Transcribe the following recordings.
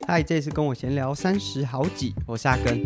嗨，这次跟我闲聊30好几，我是阿根。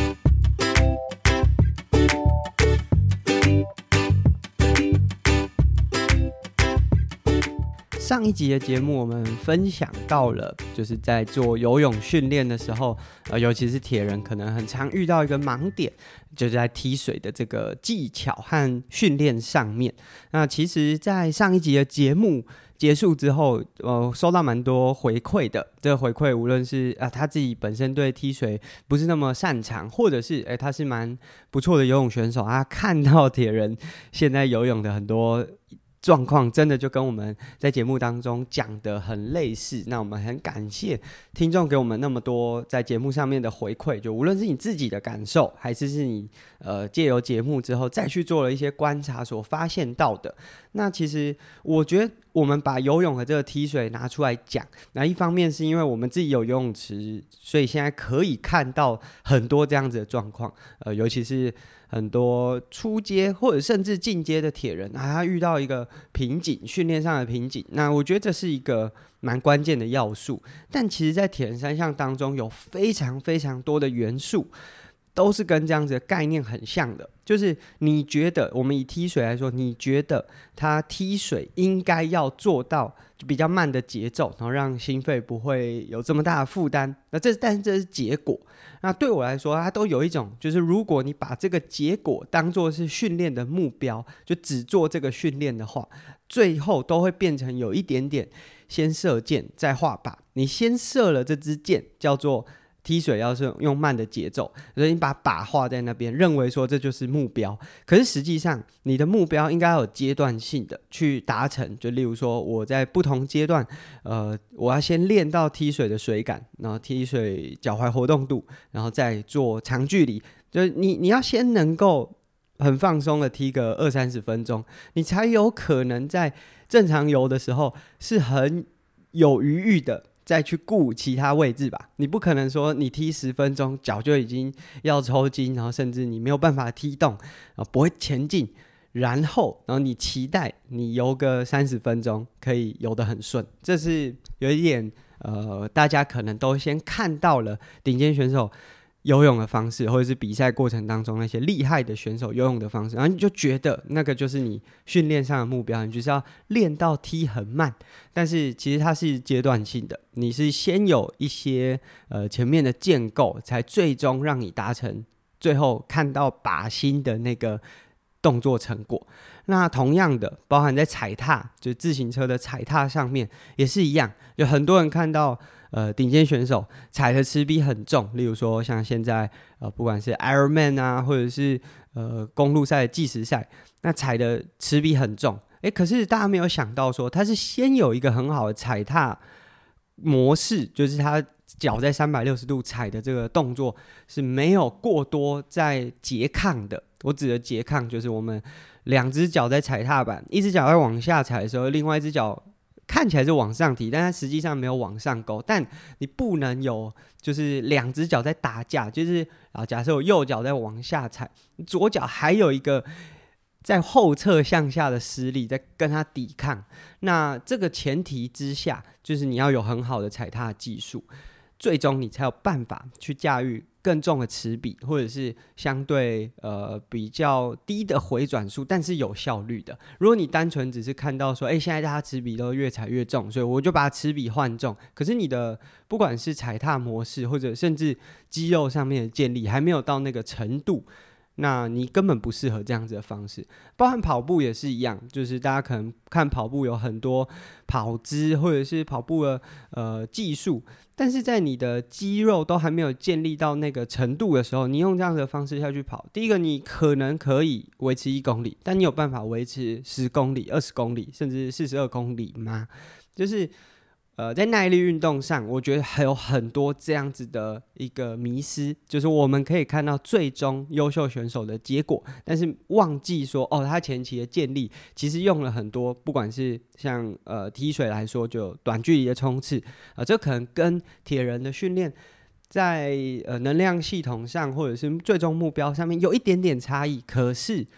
上一集的节目，我们分享到了，就是在做游泳训练的时候，尤其是铁人，可能很常遇到一个盲点，就是在踢水的这个技巧和训练上面。那其实，在上一集的节目结束之后，收到蛮多回馈的。这个回馈无论是他自己本身对踢水不是那么擅长，或者是他是蛮不错的游泳选手，他看到铁人现在游泳的很多状况真的就跟我们在节目当中讲的很类似。那我们很感谢听众给我们那么多在节目上面的回馈，就无论是你自己的感受，还是你借由节目之后再去做了一些观察所发现到的。那其实我觉得我们把游泳的这个踢水拿出来讲，那一方面是因为我们自己有游泳池，所以现在可以看到很多这样子的状况，尤其是很多初阶或者甚至进阶的铁人，他遇到一个瓶颈，训练上的瓶颈。那我觉得这是一个蛮关键的要素。但其实在铁人三项当中有非常非常多的元素都是跟这样子的概念很像的，就是你觉得我们以踢水来说，你觉得他踢水应该要做到比较慢的节奏，然后让心肺不会有这么大的负担。但是这是结果。那对我来说，它都有一种，就是如果你把这个结果当作是训练的目标，就只做这个训练的话，最后都会变成有一点点先射箭再画靶。你先射了这支箭，叫做踢水要是用慢的节奏，所以你把靶画在那边，认为说这就是目标。可是实际上你的目标应该要有阶段性的去达成，就例如说我在不同阶段我要先练到踢水的水感，然后踢水脚踝活动度，然后再做长距离，就是你要先能够很放松的踢个20-30分钟，你才有可能在正常游的时候是很有余裕的再去顾其他位置吧。你不可能说你踢10分钟脚就已经要抽筋，然后甚至你没有办法踢动，不会前进，然后你期待你游个30分钟可以游得很顺。这是有一点大家可能都先看到了顶尖选手游泳的方式，或者是比赛过程当中那些厉害的选手游泳的方式，然后你就觉得那个就是你训练上的目标，你就是要练到踢很慢。但是其实它是阶段性的，你是先有一些前面的建构，才最终让你达成最后看到靶心的那个动作成果。那同样的，包含在踩踏，就是自行车的踩踏上面也是一样，有很多人看到顶尖选手踩的持比很重，例如说像现在不管是 Ironman 啊，或者是公路赛的计时赛，那踩的持比很重，可是大家没有想到说，他是先有一个很好的踩踏模式，就是他脚在360度踩的这个动作是没有过多在拮抗的。我指的拮抗就是我们2只脚在踩踏板，一只脚在往下踩的时候，另外一只脚看起来是往上提，但它实际上没有往上勾。但你不能有就是2只脚在打架，就是假设我右脚在往下踩，左脚还有一个在后侧向下的施力在跟它抵抗。那这个前提之下，就是你要有很好的踩踏技术，最终你才有办法去驾驭更重的持比，或者是相对比较低的回转数，但是有效率的。如果你单纯只是看到说现在大家持比都越踩越重，所以我就把持比换重，可是你的不管是踩踏模式或者甚至肌肉上面的建立还没有到那个程度，那你根本不适合这样子的方式。包含跑步也是一样，就是大家可能看跑步有很多跑姿或者是跑步的技术，但是在你的肌肉都还没有建立到那个程度的时候，你用这样的方式下去跑，第一个你可能可以维持1公里，但你有办法维持10公里、20公里甚至42公里吗？就是在耐力运动上，我觉得还有很多这样子的一个迷思，就是我们可以看到最终优秀选手的结果，但是忘记说他前期的建立其实用了很多，不管是像踢水来说，就有短距离的冲刺这可能跟铁人的训练在能量系统上或者是最终目标上面有一点点差异，可是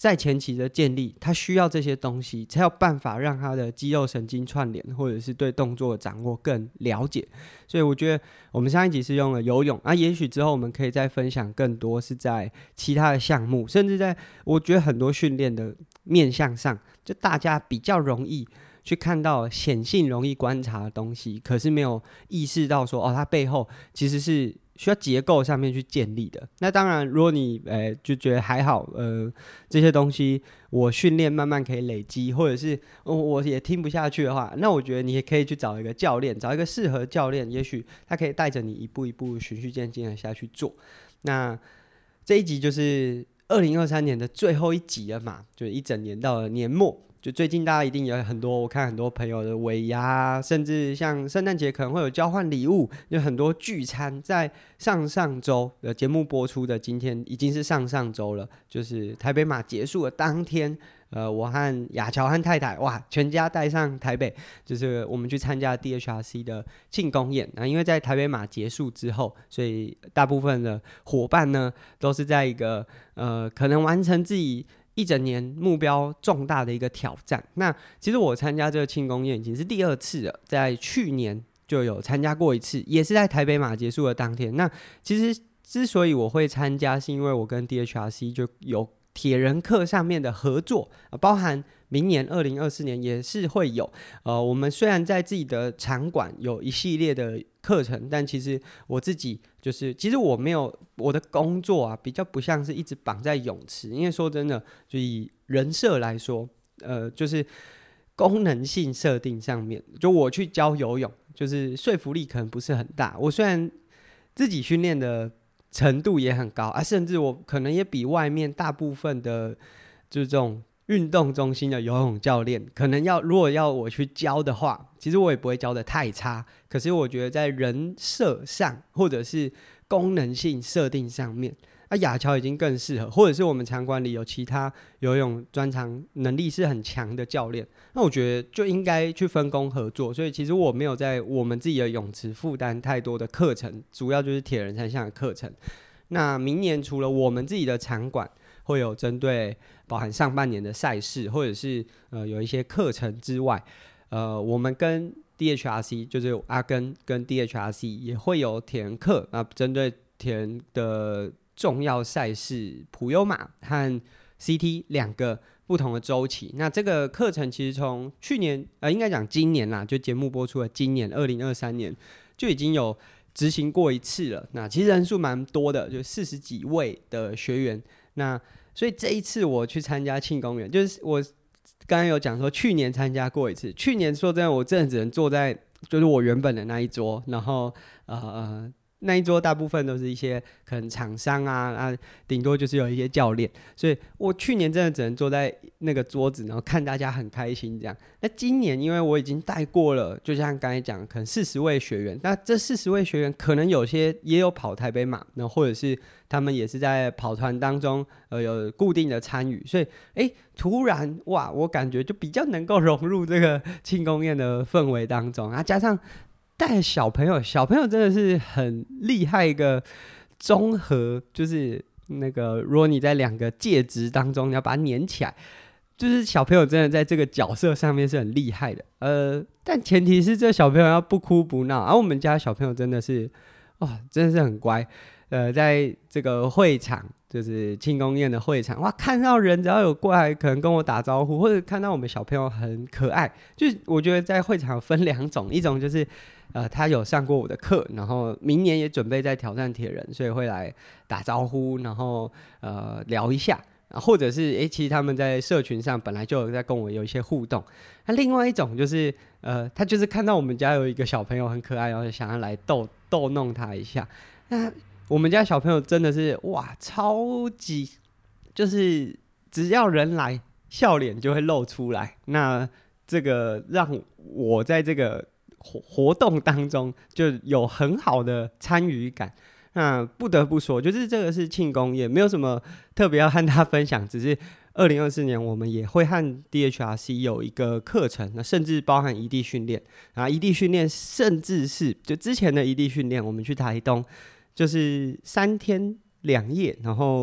在前期的建立，他需要这些东西，才有办法让他的肌肉神经串联，或者是对动作的掌握更了解。所以我觉得我们上一集是用了游泳，也许之后我们可以再分享更多是在其他的项目，甚至在我觉得很多训练的面向上，就大家比较容易去看到显性容易观察的东西，可是没有意识到说它背后其实是需要结构上面去建立的。那当然如果你就觉得还好，这些东西我训练慢慢可以累积，或者是我也听不下去的话，那我觉得你也可以去找一个教练，找一个适合教练，也许他可以带着你一步一步循序渐进的下去做。那这一集就是2023年的最后一集了嘛，就一整年到了年末，就最近大家一定有很多，我看很多朋友的尾牙，甚至像圣诞节可能会有交换礼物，有很多聚餐。在上周的节目播出的今天已经是上周了，就是台北马结束的当天，我和亚乔和太太全家带上台北，就是我们去参加 DHRC 的庆功宴。因为在台北马结束之后，所以大部分的伙伴呢都是在一个可能完成自己一整年目标重大的一个挑战。那其实我参加这个庆功宴已经是第2次了，在去年就有参加过一次，也是在台北马结束的当天。那其实之所以我会参加，是因为我跟 DHRC 就有铁人课上面的合作，包含明年2024年也是会有。我们虽然在自己的场馆有一系列的课程，但其实我自己其实我没有，我的工作比较不像是一直绑在泳池。因为说真的，就以人设来说，就是功能性设定上面，就我去教游泳，就是说服力可能不是很大。我虽然自己训练的程度也很高甚至我可能也比外面大部分的就是这种运动中心的游泳教练，可能如果要我去教的话，其实我也不会教的太差。可是我觉得在人设上或者是功能性设定上面，亚乔已经更适合，或者是我们场馆里有其他游泳专长能力是很强的教练，那我觉得就应该去分工合作。所以其实我没有在我们自己的泳池负担太多的课程，主要就是铁人三项的课程。那明年除了我们自己的场馆会有针对包含上半年的赛事，或者是有一些课程之外，我们跟 DHRC 就是阿根跟 DHRC 也会有铁人课，针对铁人的重要赛事普悠玛和 CT 2个不同的周期。那这个课程其实从去年应该讲今年啦，就节目播出的今年2023年就已经有执行过一次了。那其实人数蛮多的，就40几位的学员。那所以这一次我去参加庆功宴，就是我刚刚有讲说去年参加过一次，去年说真的我真的只能坐在就是我原本的那一桌，然后那一桌大部分都是一些可能厂商顶多就是有一些教练，所以我去年真的只能坐在那个桌子，然后看大家很开心这样。那今年因为我已经带过了，就像刚才讲，可能40位学员，那这40位学员可能有些也有跑台北马，那或者是他们也是在跑团当中有固定的参与，所以突然我感觉就比较能够融入这个庆功宴的氛围当中加上带小朋友真的是很厉害一个综合，就是那个如果你在2个介质当中你要把它粘起来，就是小朋友真的在这个角色上面是很厉害的。但前提是这小朋友要不哭不闹，我们家小朋友真的是真的是很乖。在这个会场，就是庆功宴的会场，看到人只要有过来可能跟我打招呼，或者看到我们小朋友很可爱，就是我觉得在会场有分2种，一种就是他有上过我的课，然后明年也准备在挑战铁人，所以会来打招呼，然后聊一下，或者是其实他们在社群上本来就有在跟我有一些互动。那另外一种就是他就是看到我们家有一个小朋友很可爱，然后想要来逗弄他一下。那我们家小朋友真的是超级，就是只要人来笑脸就会露出来，那这个让我在这个活动当中就有很好的参与感。那不得不说，就是这个是庆功宴，没有什么特别要和大家分享，只是2024年我们也会和 DHRC 有一个课程，那甚至包含移地训练移地训练甚至是就之前的移地训练，我们去台东就是3天2夜，然后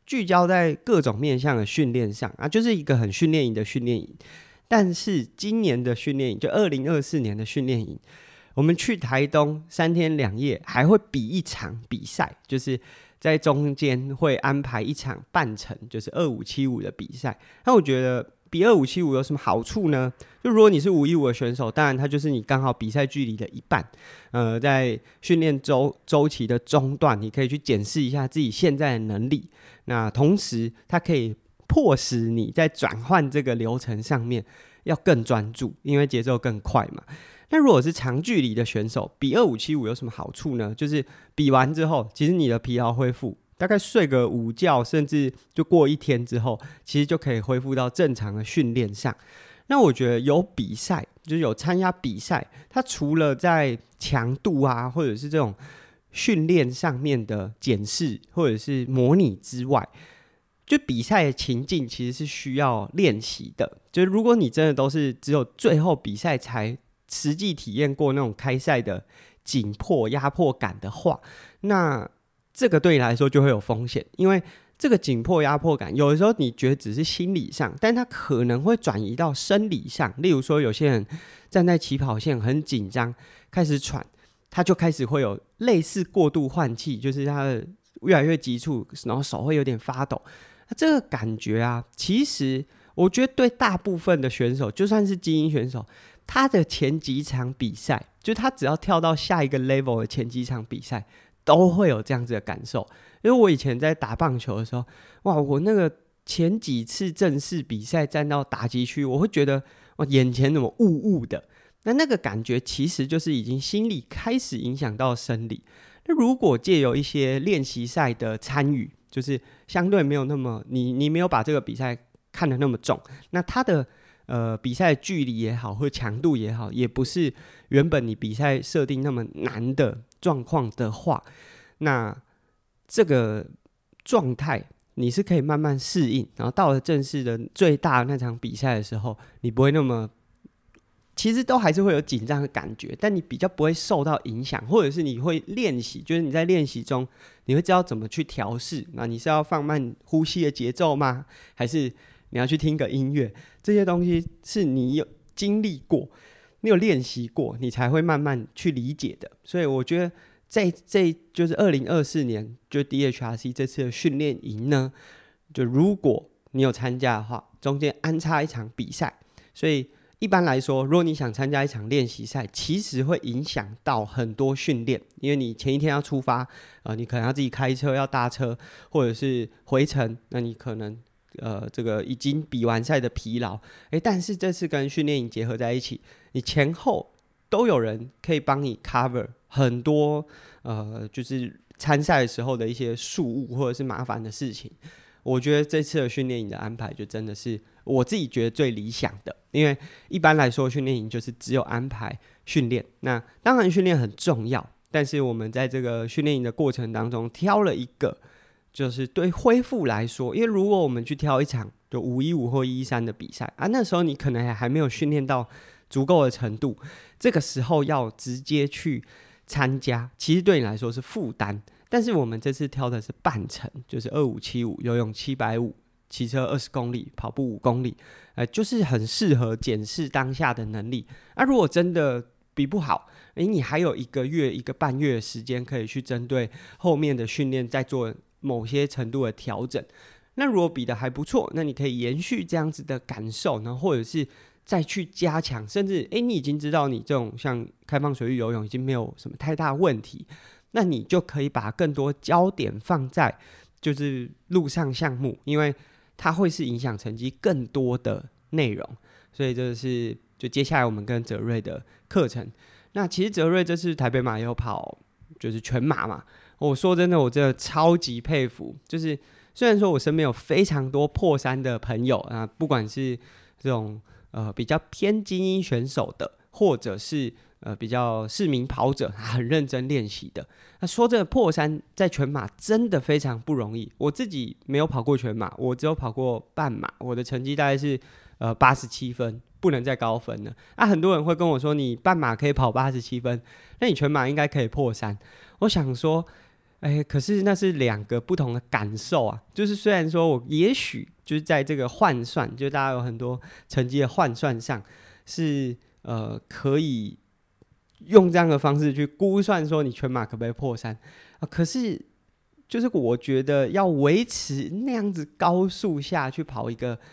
聚焦在各种面向的训练上啊，就是一个很训练营的训练营。但是今年的训练营，就2024年的训练营，我们去台东3天2夜，还会比一场比赛，就是在中间会安排一场半程，就是2575的比赛。那我觉得比2575有什么好处呢？就如果你是515的选手，当然它就是你刚好比赛距离的一半。在训练周期的中段，你可以去检视一下自己现在的能力。那同时，它可以迫使你在转换这个流程上面要更专注，因为节奏更快嘛。那如果是长距离的选手，比2575有什么好处呢？就是比完之后，其实你的疲劳恢复，大概睡个午觉，甚至就过1天之后，其实就可以恢复到正常的训练上。那我觉得有比赛，就是有参加比赛，它除了在强度啊，或者是这种训练上面的检视或者是模拟之外，就比赛的情境其实是需要练习的。就是如果你真的都是只有最后比赛才实际体验过那种开赛的紧迫压迫感的话，那这个对你来说就会有风险。因为这个紧迫压迫感有的时候你觉得只是心理上，但它可能会转移到生理上。例如说有些人站在起跑线很紧张，开始喘，他就开始会有类似过度换气，就是他的越来越急促，然后手会有点发抖。那这个感觉啊，其实我觉得对大部分的选手，就算是精英选手，他的前几场比赛，就他只要跳到下一个 level 的前几场比赛，都会有这样子的感受。因为我以前在打棒球的时候，哇，我那个前几次正式比赛站到打击区，我会觉得哇，眼前怎么雾雾的。那个感觉其实就是已经心理开始影响到生理。那如果借由一些练习赛的参与，就是相对没有那么你没有把这个比赛看得那么重，那它的比赛的距离也好或强度也好，也不是原本你比赛设定那么难的状况的话，那这个状态你是可以慢慢适应，然后到了正式的最大的那场比赛的时候，你不会那么，其实都还是会有紧张的感觉，但你比较不会受到影响，或者是你会练习，就是你在练习中你会知道怎么去调试。那你是要放慢呼吸的节奏吗？还是你要去听个音乐？这些东西是你有经历过，你有练习过，你才会慢慢去理解的。所以我觉得这就是2024年就 DHRC 这次的训练营呢，就如果你有参加的话，中间安插一场比赛。所以一般来说，如果你想参加一场练习赛，其实会影响到很多训练，因为你前一天要出发，你可能要自己开车，要搭车，或者是回程，那你可能这个已经比完赛的疲劳，但是这次跟训练营结合在一起，你前后都有人可以帮你 cover 很多就是参赛的时候的一些事务或者是麻烦的事情。我觉得这次的训练营的安排就真的是我自己觉得最理想的，因为一般来说训练营就是只有安排训练，那当然训练很重要，但是我们在这个训练营的过程当中挑了一个就是对恢复来说，因为如果我们去挑一场就515或113的比赛啊，那时候你可能还没有训练到足够的程度，这个时候要直接去参加，其实对你来说是负担。但是我们这次挑的是半程，就是2575，游泳750，骑车20公里，跑步5公里，就是很适合检视当下的能力。如果真的比不好，你还有1个月、1个半月的时间可以去针对后面的训练再做某些程度的调整。那如果比的还不错，那你可以延续这样子的感受，然后或者是再去加强，甚至你已经知道你这种像开放水域游泳已经没有什么太大问题，那你就可以把更多焦点放在就是陆上项目，因为它会是影响成绩更多的内容。所以这是就接下来我们跟哲瑞的课程。那其实哲瑞这次台北马也有跑就是全马嘛，我说真的我真的超级佩服，就是虽然说我身边有非常多破三的朋友啊，不管是这种比较偏精英选手的，或者是比较市民跑者，很认真练习的。那说这个破三在全马真的非常不容易。我自己没有跑过全马，我只有跑过半马，我的成绩大概是87分，不能再高分了。很多人会跟我说，你半马可以跑87分，那你全马应该可以破三。我想说， 可是那是2个不同的感受啊。就是虽然说我也许就是在这个换算，就大家有很多成绩的换算上是可以用这样的方式去估算说你全马可不可以破3可是就是我觉得要维持那样子高速下去跑一个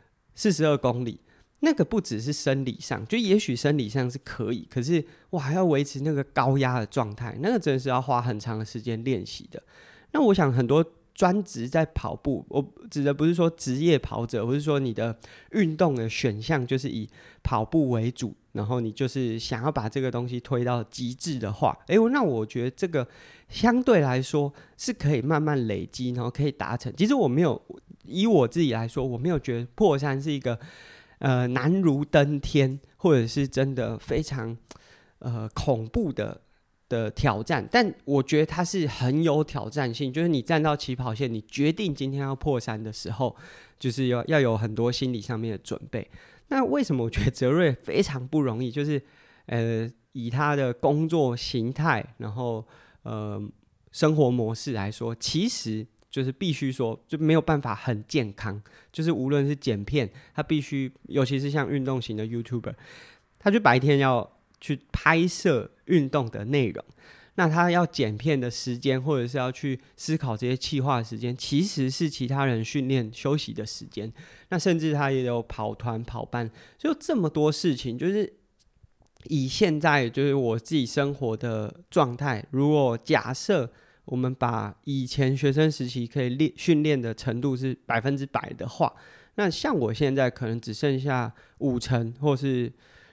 42公里，那个不只是生理上，就也许生理上是可以，可是哇还要维持那个高压的状态，那个真的是要花很长的时间练习的。那我想很多专职在跑步，我指的不是说职业跑者，或是说你的运动的选项就是以跑步为主，然后你就是想要把这个东西推到极致的话，那我觉得这个相对来说是可以慢慢累积，然后可以达成。其实我没有，以我自己来说，我没有觉得破3是一个难如登天，或者是真的非常恐怖的挑战，但我觉得它是很有挑战性。就是你站到起跑线，你决定今天要破3的时候，就是要有很多心理上面的准备。那为什么我觉得泽瑞非常不容易？就是以他的工作形态，然后生活模式来说，其实就是必须说就没有办法很健康。就是无论是剪片，他必须，尤其是像运动型的 YouTuber， 他就白天要去拍摄运动的内容，那他要剪片的时间，或者是要去思考这些企划的时间，其实是其他人训练休息的时间。那甚至他也有跑团跑班，就这么多事情。就是以现在就是我自己生活的状态，如果假设我们把以前学生时期可以训练的程度是100%的话，那像我现在可能只剩下50%或是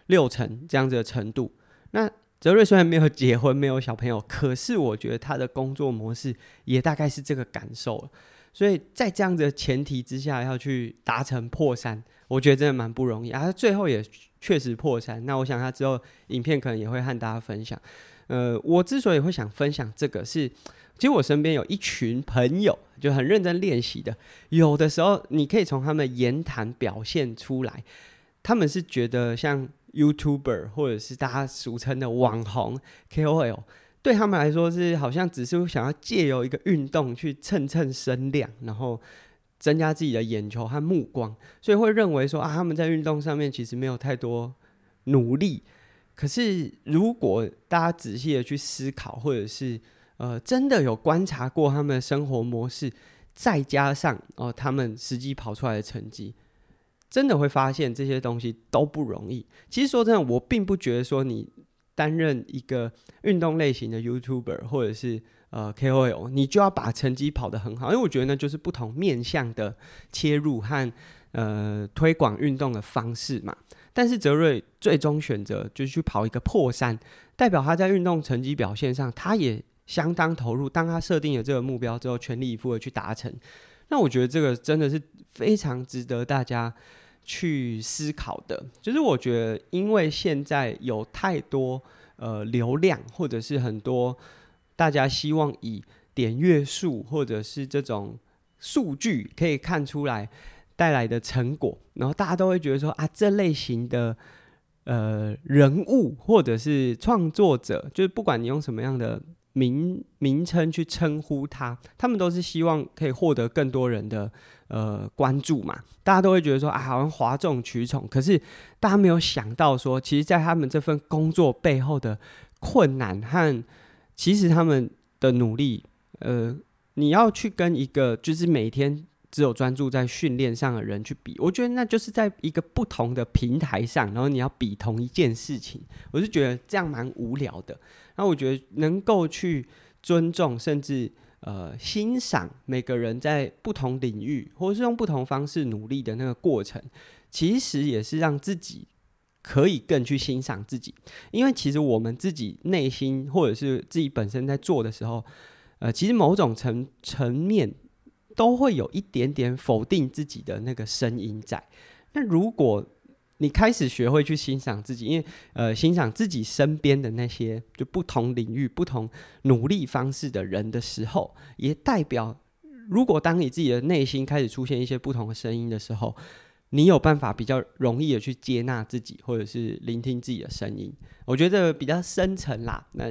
60%这样子的程度。那泽瑞虽然没有结婚，没有小朋友，可是我觉得他的工作模式也大概是这个感受了。所以在这样的前提之下，要去达成破3，我觉得真的蛮不容易啊。他最后也确实破3，那我想他之后影片可能也会和大家分享。我之所以会想分享这个是，其实我身边有一群朋友就很认真练习的，有的时候你可以从他们的言谈表现出来，他们是觉得像 YouTuber 或者是大家俗称的网红 KOL， 对他们来说是好像只是想要借由一个运动去蹭声量，然后增加自己的眼球和目光，所以会认为说他们在运动上面其实没有太多努力。可是如果大家仔细的去思考，或者是真的有观察过他们的生活模式，再加上他们实际跑出来的成绩，真的会发现这些东西都不容易。其实说真的，我并不觉得说你担任一个运动类型的 YouTuber 或者是KOL， 你就要把成绩跑得很好，因为我觉得那就是不同面向的切入和推广运动的方式嘛。但是泽瑞最终选择就是去跑一个破3，代表他在运动成绩表现上他也相当投入。当他设定了这个目标之后，全力以赴的去达成，那我觉得这个真的是非常值得大家去思考的。就是我觉得因为现在有太多流量，或者是很多大家希望以点阅数或者是这种数据可以看出来带来的成果，然后大家都会觉得说这类型的人物或者是创作者，就是不管你用什么样的名称去称呼他们都是希望可以获得更多人的关注嘛。大家都会觉得说好像哗众取宠，可是大家没有想到说，其实在他们这份工作背后的困难和其实他们的努力，你要去跟一个就是每天只有专注在训练上的人去比，我觉得那就是在一个不同的平台上，然后你要比同一件事情，我是觉得这样蛮无聊的。然后我觉得能够去尊重甚至欣赏每个人在不同领域或是用不同方式努力的那个过程，其实也是让自己可以更去欣赏自己。因为其实我们自己内心或者是自己本身在做的时候，其实某种层面都会有一点点否定自己的那个声音在。那如果你开始学会去欣赏自己，因为欣赏自己身边的那些就不同领域不同努力方式的人的时候，也代表如果当你自己的内心开始出现一些不同的声音的时候，你有办法比较容易的去接纳自己，或者是聆听自己的声音。我觉得比较深层啦，那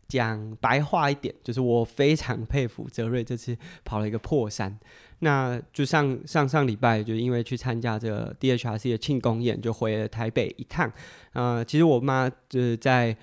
讲白话一点，就是我非常佩服泽瑞这次跑了一个破三。那就上礼拜，就因为去参加这个 DHRC 的庆功宴，就回了台北一趟。其实我妈就是在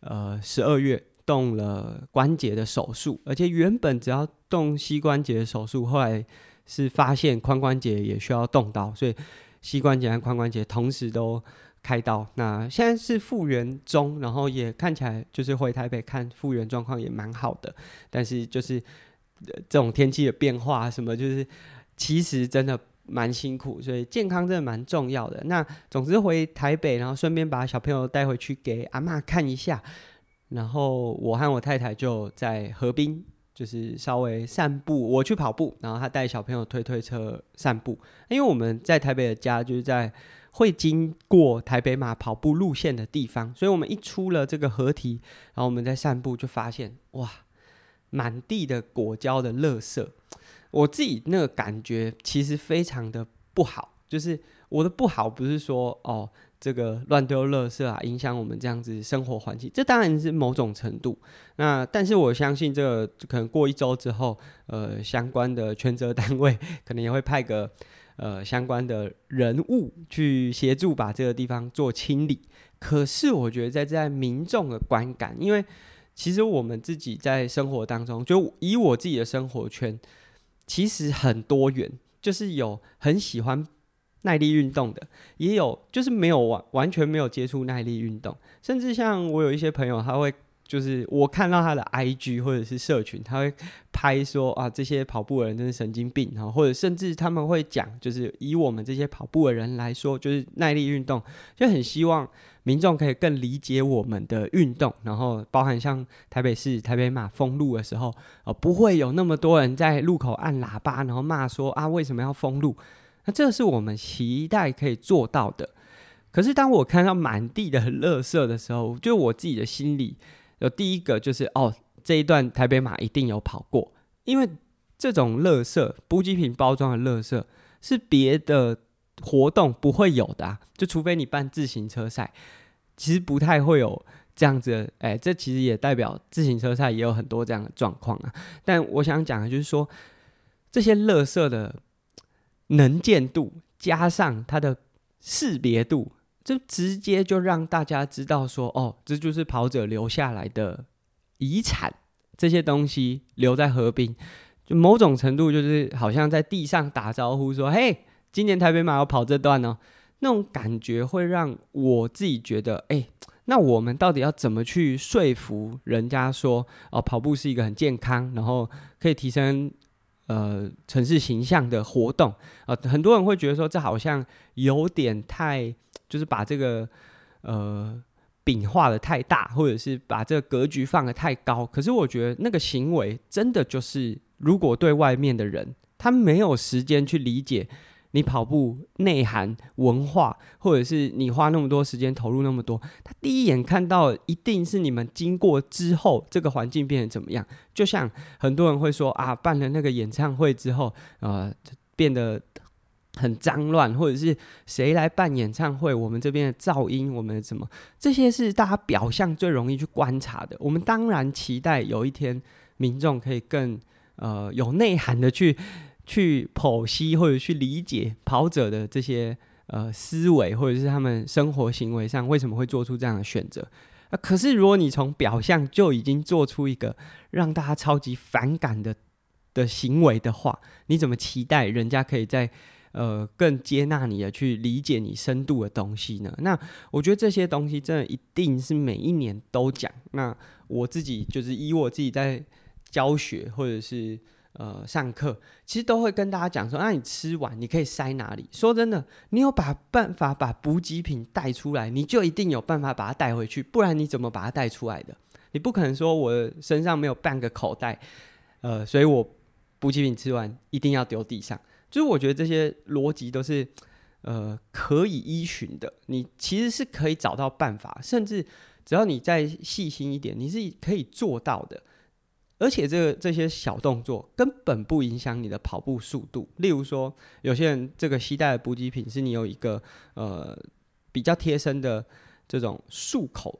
12月动了关节的手术，而且原本只要动膝关节的手术，后来是发现髋关节也需要动刀，所以膝关节和髋关节同时都开刀。那现在是复原中，然后也看起来就是回台北看复原状况也蛮好的，但是就是这种天气的变化什么，就是其实真的蛮辛苦，所以健康真的蛮重要的。那总之回台北，然后顺便把小朋友带回去给阿嬷看一下，然后我和我太太就在河滨就是稍微散步，我去跑步，然后他带小朋友推车散步。因为我们在台北的家就是在会经过台北马跑步路线的地方，所以我们一出了这个河堤，然后我们在散步就发现哇，满地的果胶的垃圾，我自己那个感觉其实非常的不好。就是我的不好不是说这个乱丢垃圾啊，影响我们这样子生活环境，这当然是某种程度。那但是我相信这个可能过1周之后，相关的权责单位可能也会派个相关的人物去协助把这个地方做清理。可是我觉得在民众的观感，因为其实我们自己在生活当中，就以我自己的生活圈，其实很多元，就是有很喜欢耐力运动的，也有就是没有完全没有接触耐力运动，甚至像我有一些朋友，他会就是我看到他的 IG 或者是社群，他会拍说啊，这些跑步的人真是神经病，或者甚至他们会讲，就是以我们这些跑步的人来说，就是耐力运动，就很希望民众可以更理解我们的运动，然后包含像台北市台北马封路的时候，不会有那么多人在路口按喇叭，然后骂说啊为什么要封路。那这是我们期待可以做到的。可是当我看到满地的垃圾的时候，就我自己的心里有第一个就是这一段台北马一定有跑过，因为这种垃圾补给品包装的垃圾是别的活动不会有的就除非你办自行车赛，其实不太会有这样子的。这其实也代表自行车赛也有很多这样的状况但我想讲的就是说，这些垃圾的能见度加上它的识别度，就直接就让大家知道说这就是跑者留下来的遗产。这些东西留在河滨，就某种程度就是好像在地上打招呼说嘿，今年台北马要跑这段那种感觉会让我自己觉得那我们到底要怎么去说服人家说跑步是一个很健康，然后可以提升城市形象的活动很多人会觉得说这好像有点太就是把这个饼画得太大，或者是把这个格局放得太高。可是我觉得那个行为真的就是如果对外面的人他没有时间去理解你跑步内涵文化，或者是你花那么多时间投入那么多，他第一眼看到一定是你们经过之后这个环境变得怎么样。就像很多人会说办了那个演唱会之后变得很脏乱，或者是谁来办演唱会，我们这边的噪音，我们的什么，这些是大家表象最容易去观察的。我们当然期待有一天民众可以更有内涵的去剖析或者去理解跑者的这些思维，或者是他们生活行为上为什么会做出这样的选择可是如果你从表象就已经做出一个让大家超级反感的行为的话，你怎么期待人家可以在更接纳你的去理解你深度的东西呢？那我觉得这些东西真的一定是每一年都讲。那我自己就是以我自己在教学或者是上课，其实都会跟大家讲说，那你吃完你可以塞哪里？说真的，你有办法把补给品带出来，你就一定有办法把它带回去，不然你怎么把它带出来的？你不可能说我身上没有半个口袋，所以我补给品吃完一定要丢地上。就是我觉得这些逻辑都是可以依循的，你其实是可以找到办法，甚至只要你再细心一点，你是可以做到的。而且这些小动作根本不影响你的跑步速度。例如说，有些人这个携带的补给品是你有一个比较贴身的这种束口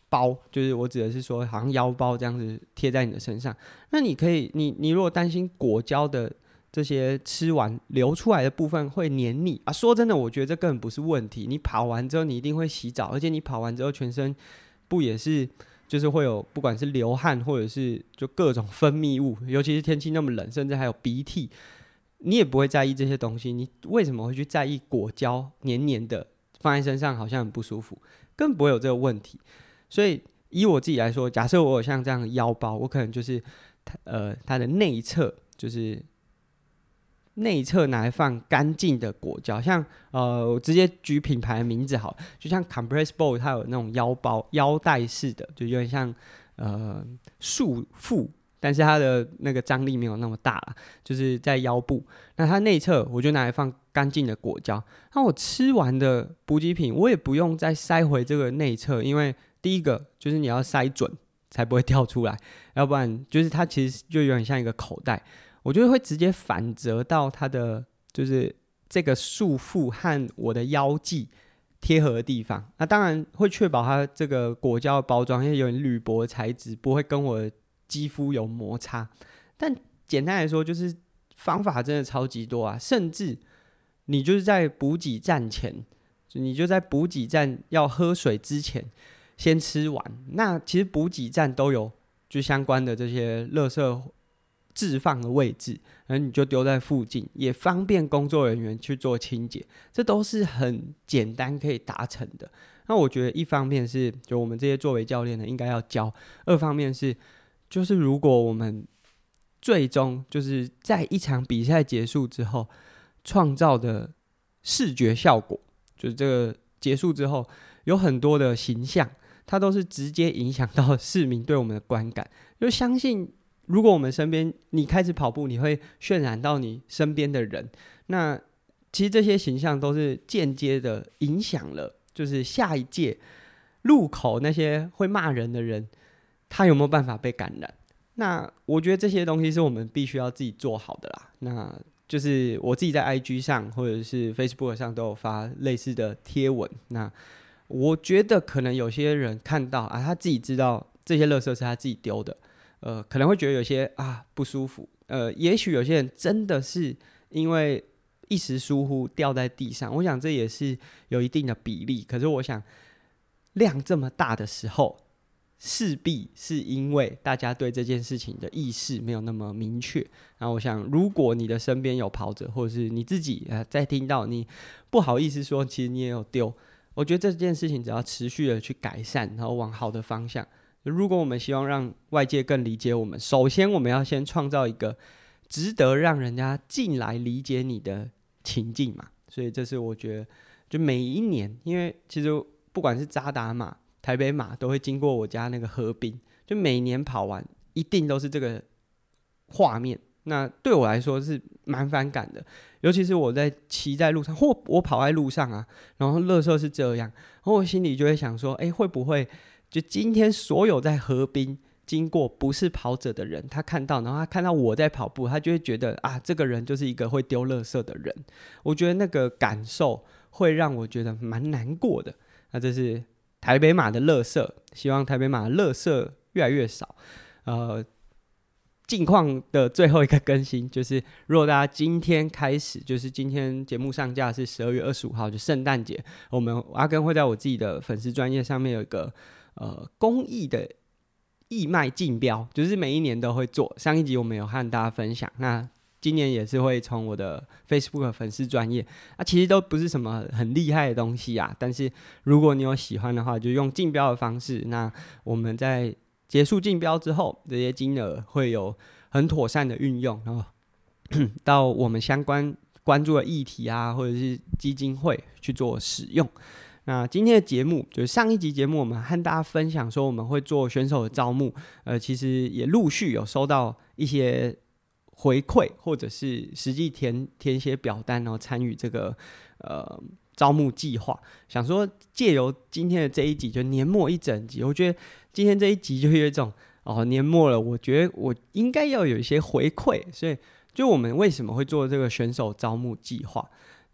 包，就是我指的是说好像腰包这样子贴在你的身上。那你可以，你如果担心果胶的这些吃完流出来的部分会黏腻啊，说真的，我觉得这根本不是问题。你跑完之后你一定会洗澡，而且你跑完之后全身不也是就是会有不管是流汗或者是就各种分泌物，尤其是天气那么冷，甚至还有鼻涕，你也不会在意这些东西。你为什么会去在意果胶黏黏的放在身上好像很不舒服？根本不会有这个问题。所以以我自己来说，假设我有像这样的腰包，我可能就是它的内侧就是内侧拿来放干净的果胶，像我直接举品牌的名字好了，就像 Compressball 它有那种腰包腰带式的，就有点像束缚，但是它的那个张力没有那么大啦，就是在腰部。那它内侧我就拿来放干净的果胶，那我吃完的补给品我也不用再塞回这个内侧，因为第一个就是你要塞准才不会掉出来，要不然就是它其实就有点像一个口袋。我觉得会直接反折到它的就是这个束缚和我的腰际贴合的地方。那当然会确保它这个果胶的包装因为有点铝箔材质，不会跟我的肌肤有摩擦。但简单来说，就是方法真的超级多啊！甚至你就是在补给站前，你就在补给站要喝水之前先吃完。那其实补给站都有就相关的这些垃圾置放的位置，然后你就丢在附近，也方便工作人员去做清洁，这都是很简单可以达成的。那我觉得一方面是就我们这些作为教练的应该要教，二方面是就是如果我们最终就是在一场比赛结束之后创造的视觉效果，就是这个结束之后有很多的形象，它都是直接影响到市民对我们的观感。就相信如果我们身边你开始跑步，你会渲染到你身边的人，那其实这些形象都是间接的影响了就是下一届路口那些会骂人的人他有没有办法被感染。那我觉得这些东西是我们必须要自己做好的啦。那就是我自己在 IG 上或者是 Facebook 上都有发类似的贴文，那我觉得可能有些人看到啊，他自己知道这些垃圾是他自己丢的，可能会觉得有些不舒服，也许有些人真的是因为一时疏忽掉在地上，我想这也是有一定的比例。可是我想量这么大的时候，势必是因为大家对这件事情的意识没有那么明确。然后我想如果你的身边有跑者，或者是你自己在听到你不好意思说其实你也有丢，我觉得这件事情只要持续的去改善，然后往好的方向。如果我们希望让外界更理解我们，首先我们要先创造一个值得让人家进来理解你的情境嘛。所以这是我觉得就每一年，因为其实不管是渣打马台北马都会经过我家那个河滨，就每年跑完一定都是这个画面。那对我来说是蛮反感的，尤其是我在骑在路上或我跑在路上啊，然后垃圾是这样，然后我心里就会想说会不会就今天所有在河滨经过不是跑者的人，他看到，然后他看到我在跑步，他就会觉得这个人就是一个会丢垃圾的人。我觉得那个感受会让我觉得蛮难过的。那这是台北马的垃圾，希望台北马的垃圾越来越少。近况的最后一个更新就是，如果大家今天开始，就是今天节目上架是12月25号，就圣诞节，我们阿根会在我自己的粉丝专页上面有一个公益的义卖竞标，就是每一年都会做。上一集我们有和大家分享，那今年也是会从我的 Facebook 粉丝专页，其实都不是什么很厉害的东西啊，但是如果你有喜欢的话，就用竞标的方式，那我们在结束竞标之后，这些金额会有很妥善的运用，然后到我们相关关注的议题啊，或者是基金会去做使用。那今天的节目就是上一集节目，我们和大家分享说我们会做选手的招募，其实也陆续有收到一些回馈，或者是实际填一些表单，然后参与这个招募计划。想说借由今天的这一集，就年末一整集，我觉得今天这一集就有一种年末了，我觉得我应该要有一些回馈，所以就我们为什么会做这个选手招募计划，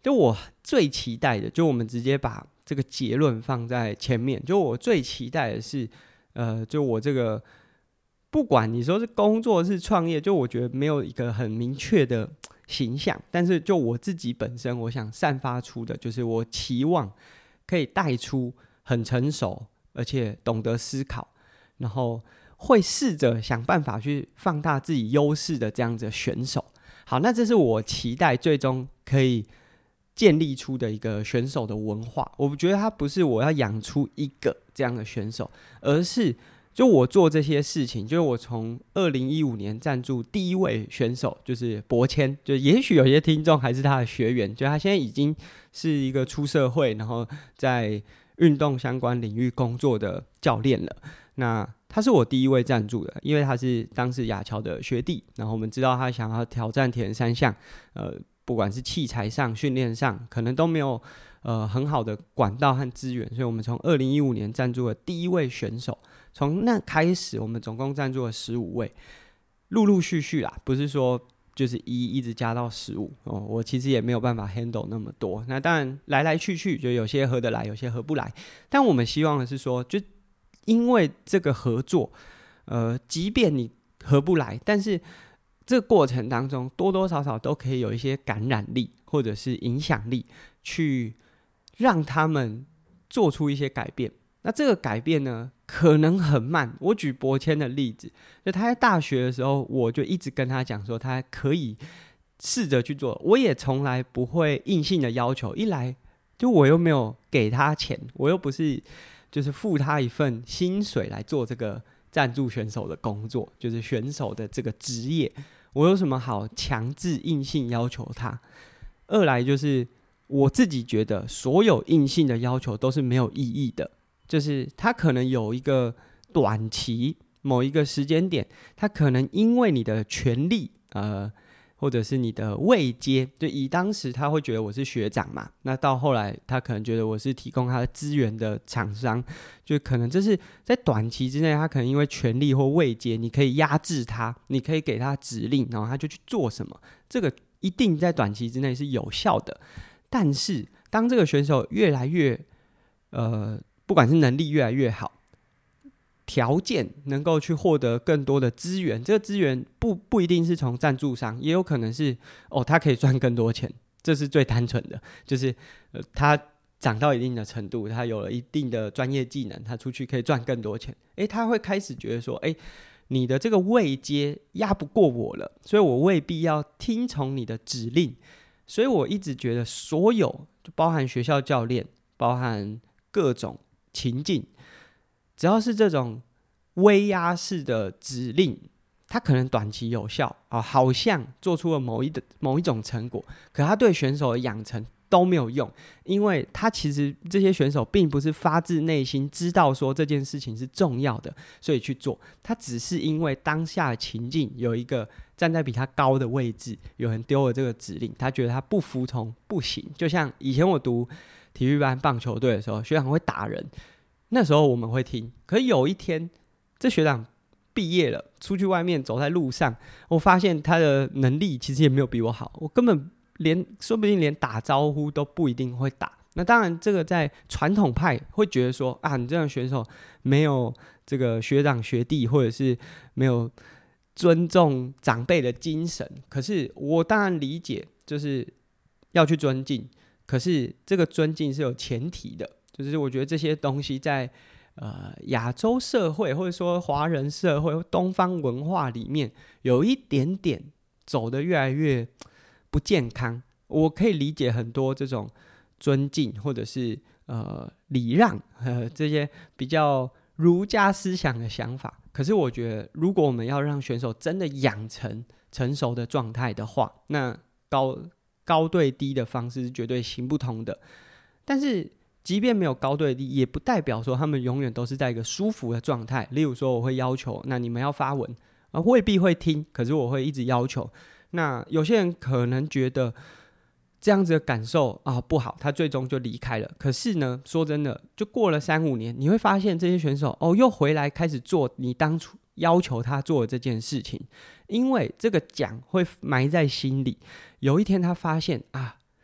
就我最期待的，就我们直接把这个结论放在前面，就我最期待的是，就我这个不管你说是工作是创业，就我觉得没有一个很明确的形象，但是就我自己本身，我想散发出的就是我期望可以带出很成熟，而且懂得思考，然后会试着想办法去放大自己优势的这样子的选手。好，那这是我期待最终可以建立出的一个选手的文化。我觉得它不是我要养出一个这样的选手，而是就我做这些事情，就是我从2015年赞助第一位选手，就是博谦，就也许有些听众还是他的学员，就他现在已经是一个出社会，然后在运动相关领域工作的教练了。那他是我第一位赞助的，因为他是当时亚乔的学弟，然后我们知道他想要挑战铁人三项，不管是器材上、训练上，可能都没有很好的管道和资源，所以我们从2015年赞助了第一位选手。从那开始，我们总共赞助了15位，陆陆续续啦，不是说就是一直加到15哦。我其实也没有办法 handle 那么多。那当然来来去去，就有些合得来，有些合不来。但我们希望的是说，就因为这个合作，即便你合不来，但是这个过程当中多多少少都可以有一些感染力或者是影响力，去让他们做出一些改变。那这个改变呢，可能很慢。我举博谦的例子，就他在大学的时候，我就一直跟他讲说，他可以试着去做。我也从来不会硬性的要求，一来就我又没有给他钱，我又不是就是付他一份薪水来做这个赞助选手的工作，就是选手的这个职业，我有什么好强制硬性要求他？二来就是我自己觉得，所有硬性的要求都是没有意义的。就是他可能有一个短期某一个时间点，他可能因为你的权力或者是你的位阶，就以当时他会觉得我是学长嘛，那到后来他可能觉得我是提供他的资源的厂商，就可能这是在短期之内，他可能因为权力或位阶，你可以压制他，你可以给他指令，然后他就去做什么，这个一定在短期之内是有效的。但是当这个选手越来越不管是能力越来越好，条件能够去获得更多的资源，这个资源不一定是从赞助商，也有可能是他可以赚更多钱，这是最单纯的，就是他长到一定的程度，他有了一定的专业技能，他出去可以赚更多钱，他会开始觉得说，你的这个位阶压不过我了，所以我未必要听从你的指令。所以我一直觉得所有就包含学校教练，包含各种情境，只要是这种威压式的指令，它可能短期有效好像做出了某一种成果，可它对选手的养成都没有用，因为他其实这些选手并不是发自内心知道说这件事情是重要的，所以去做，他只是因为当下的情境有一个站在比他高的位置，有人丢了这个指令，他觉得他不服从不行。就像以前我读体育班棒球队的时候，学长会打人，那时候我们会听，可是有一天这学长毕业了，出去外面走在路上，我发现他的能力其实也没有比我好，我根本说不定连打招呼都不一定会打。那当然这个在传统派会觉得说你这样的选手没有这个学长学弟，或者是没有尊重长辈的精神。可是我当然理解，就是要去尊敬，可是这个尊敬是有前提的，就是我觉得这些东西在亚洲社会或者说华人社会东方文化里面有一点点走得越来越不健康。我可以理解很多这种尊敬或者是礼让这些比较儒家思想的想法，可是我觉得如果我们要让选手真的养成成熟的状态的话，那高对低的方式是绝对行不通的。但是即便没有高对低，也不代表说他们永远都是在一个舒服的状态。例如说我会要求那你们要发文未必会听，可是我会一直要求。那有些人可能觉得这样子的感受不好，他最终就离开了。可是呢，说真的，就过了3-5年，你会发现这些选手又回来开始做你当初要求他做的这件事情，因为这个奖会埋在心里。有一天他发现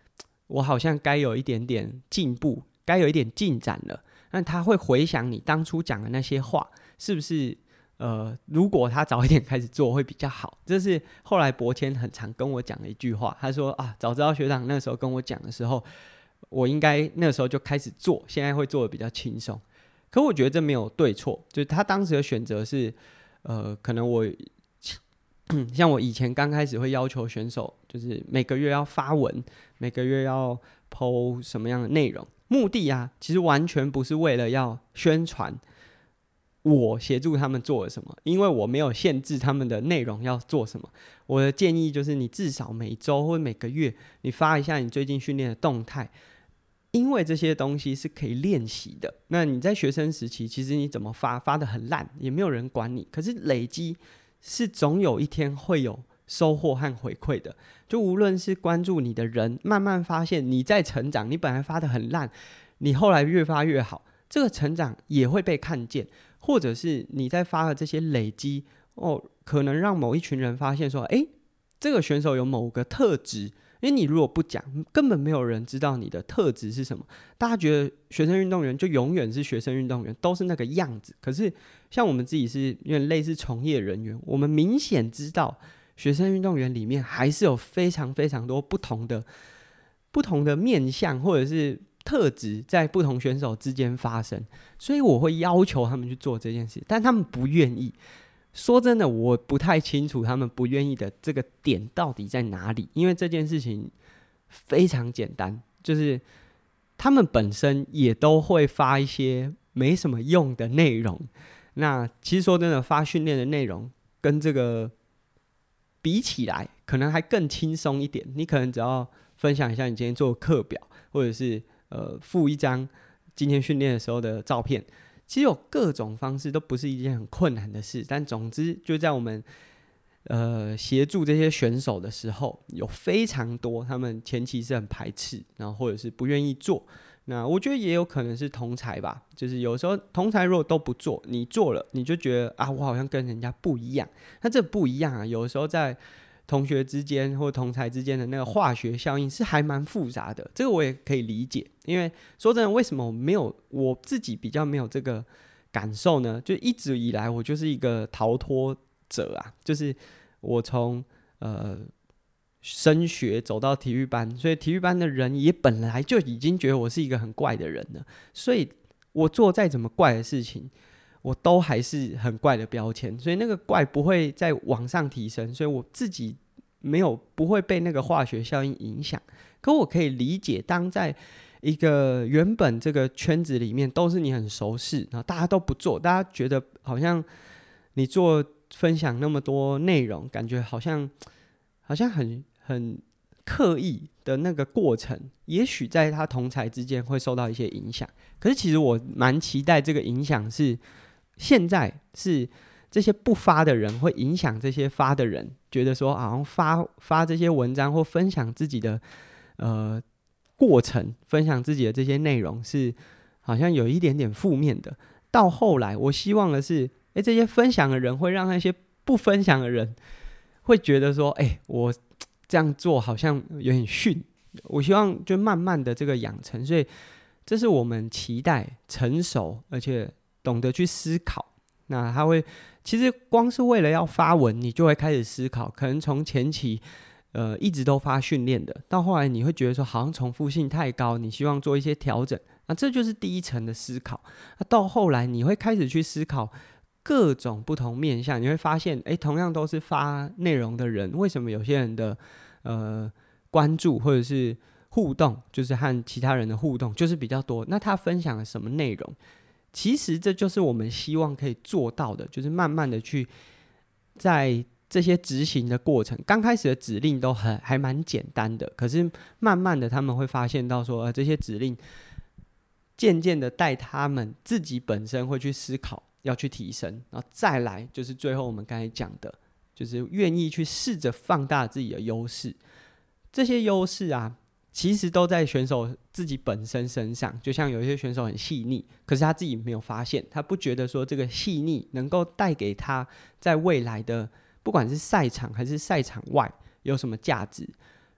我好像该有一点点进步，该有一点进展了。那他会回想你当初讲的那些话，是不是如果他早一点开始做会比较好？这是后来博谦很常跟我讲的一句话，他说啊，早知道学长那时候跟我讲的时候，我应该那时候就开始做，现在会做的比较轻松。可我觉得这没有对错，就是他当时的选择是可能我像我以前刚开始会要求选手，就是每个月要发文，每个月要 po 什么样的内容，目的啊，其实完全不是为了要宣传我协助他们做了什么，因为我没有限制他们的内容要做什么。我的建议就是，你至少每周或每个月，你发一下你最近训练的动态，因为这些东西是可以练习的。那你在学生时期，其实你怎么发得很烂，也没有人管你，可是累积是总有一天会有收获和回馈的。就无论是关注你的人，慢慢发现你在成长，你本来发得很烂，你后来越发越好，这个成长也会被看见。或者是你在发的这些累积可能让某一群人发现说，这个选手有某个特质，因为你如果不讲，根本没有人知道你的特质是什么。大家觉得学生运动员就永远是学生运动员，都是那个样子。可是像我们自己是有点类似从业人员，我们明显知道学生运动员里面还是有非常非常多不同的面向，或者是特质在不同选手之间发生，所以我会要求他们去做这件事，但他们不愿意。说真的，我不太清楚他们不愿意的这个点到底在哪里，因为这件事情非常简单，就是他们本身也都会发一些没什么用的内容。那其实说真的，发训练的内容跟这个比起来，可能还更轻松一点。你可能只要分享一下你今天做的课表，或者是附一张今天训练的时候的照片，其实有各种方式，都不是一件很困难的事。但总之，就在我们协助这些选手的时候，有非常多他们前期是很排斥，然后或者是不愿意做。那我觉得也有可能是同侪吧，就是有时候同侪如果都不做，你做了，你就觉得啊，我好像跟人家不一样。那这不一样啊，有的时候在同学之间或同侪之间的那个化学效应是还蛮复杂的，这个我也可以理解。因为说真的，为什么我自己比较没有这个感受呢？就一直以来我就是一个逃脱者啊，就是我从升学走到体育班，所以体育班的人也本来就已经觉得我是一个很怪的人了，所以我做再怎么怪的事情，我都还是很怪的标签，所以那个怪不会再往上提升，所以我自己不会被那个化学效应影响。可我可以理解，当在一个原本这个圈子里面都是你很熟识，然后大家都不做，大家觉得好像你做分享那么多内容，感觉好像很刻意的那个过程，也许在他同侪之间会受到一些影响。可是其实我蛮期待这个影响是现在是这些不发的人会影响这些发的人，觉得说好像发这些文章或分享自己的过程，分享自己的这些内容是好像有一点点负面的。到后来我希望的是这些分享的人会让那些不分享的人会觉得说我这样做好像有点逊。我希望就慢慢的这个养成，所以这是我们期待成熟而且懂得去思考。那他会其实光是为了要发文，你就会开始思考，可能从前期一直都发训练的，到后来你会觉得说好像重复性太高，你希望做一些调整，那这就是第一层的思考。那到后来你会开始去思考各种不同面向，你会发现同样都是发内容的人，为什么有些人的关注或者是互动，就是和其他人的互动就是比较多，那他分享了什么内容？其实这就是我们希望可以做到的，就是慢慢的去在这些执行的过程，刚开始的指令都还蛮简单的，可是慢慢的他们会发现到说这些指令渐渐的带他们自己本身会去思考，要去提升，然后再来就是最后我们刚才讲的，就是愿意去试着放大自己的优势。这些优势啊，其实都在选手自己本身身上。就像有一些选手很细腻，可是他自己没有发现，他不觉得说这个细腻能够带给他在未来的不管是赛场还是赛场外有什么价值。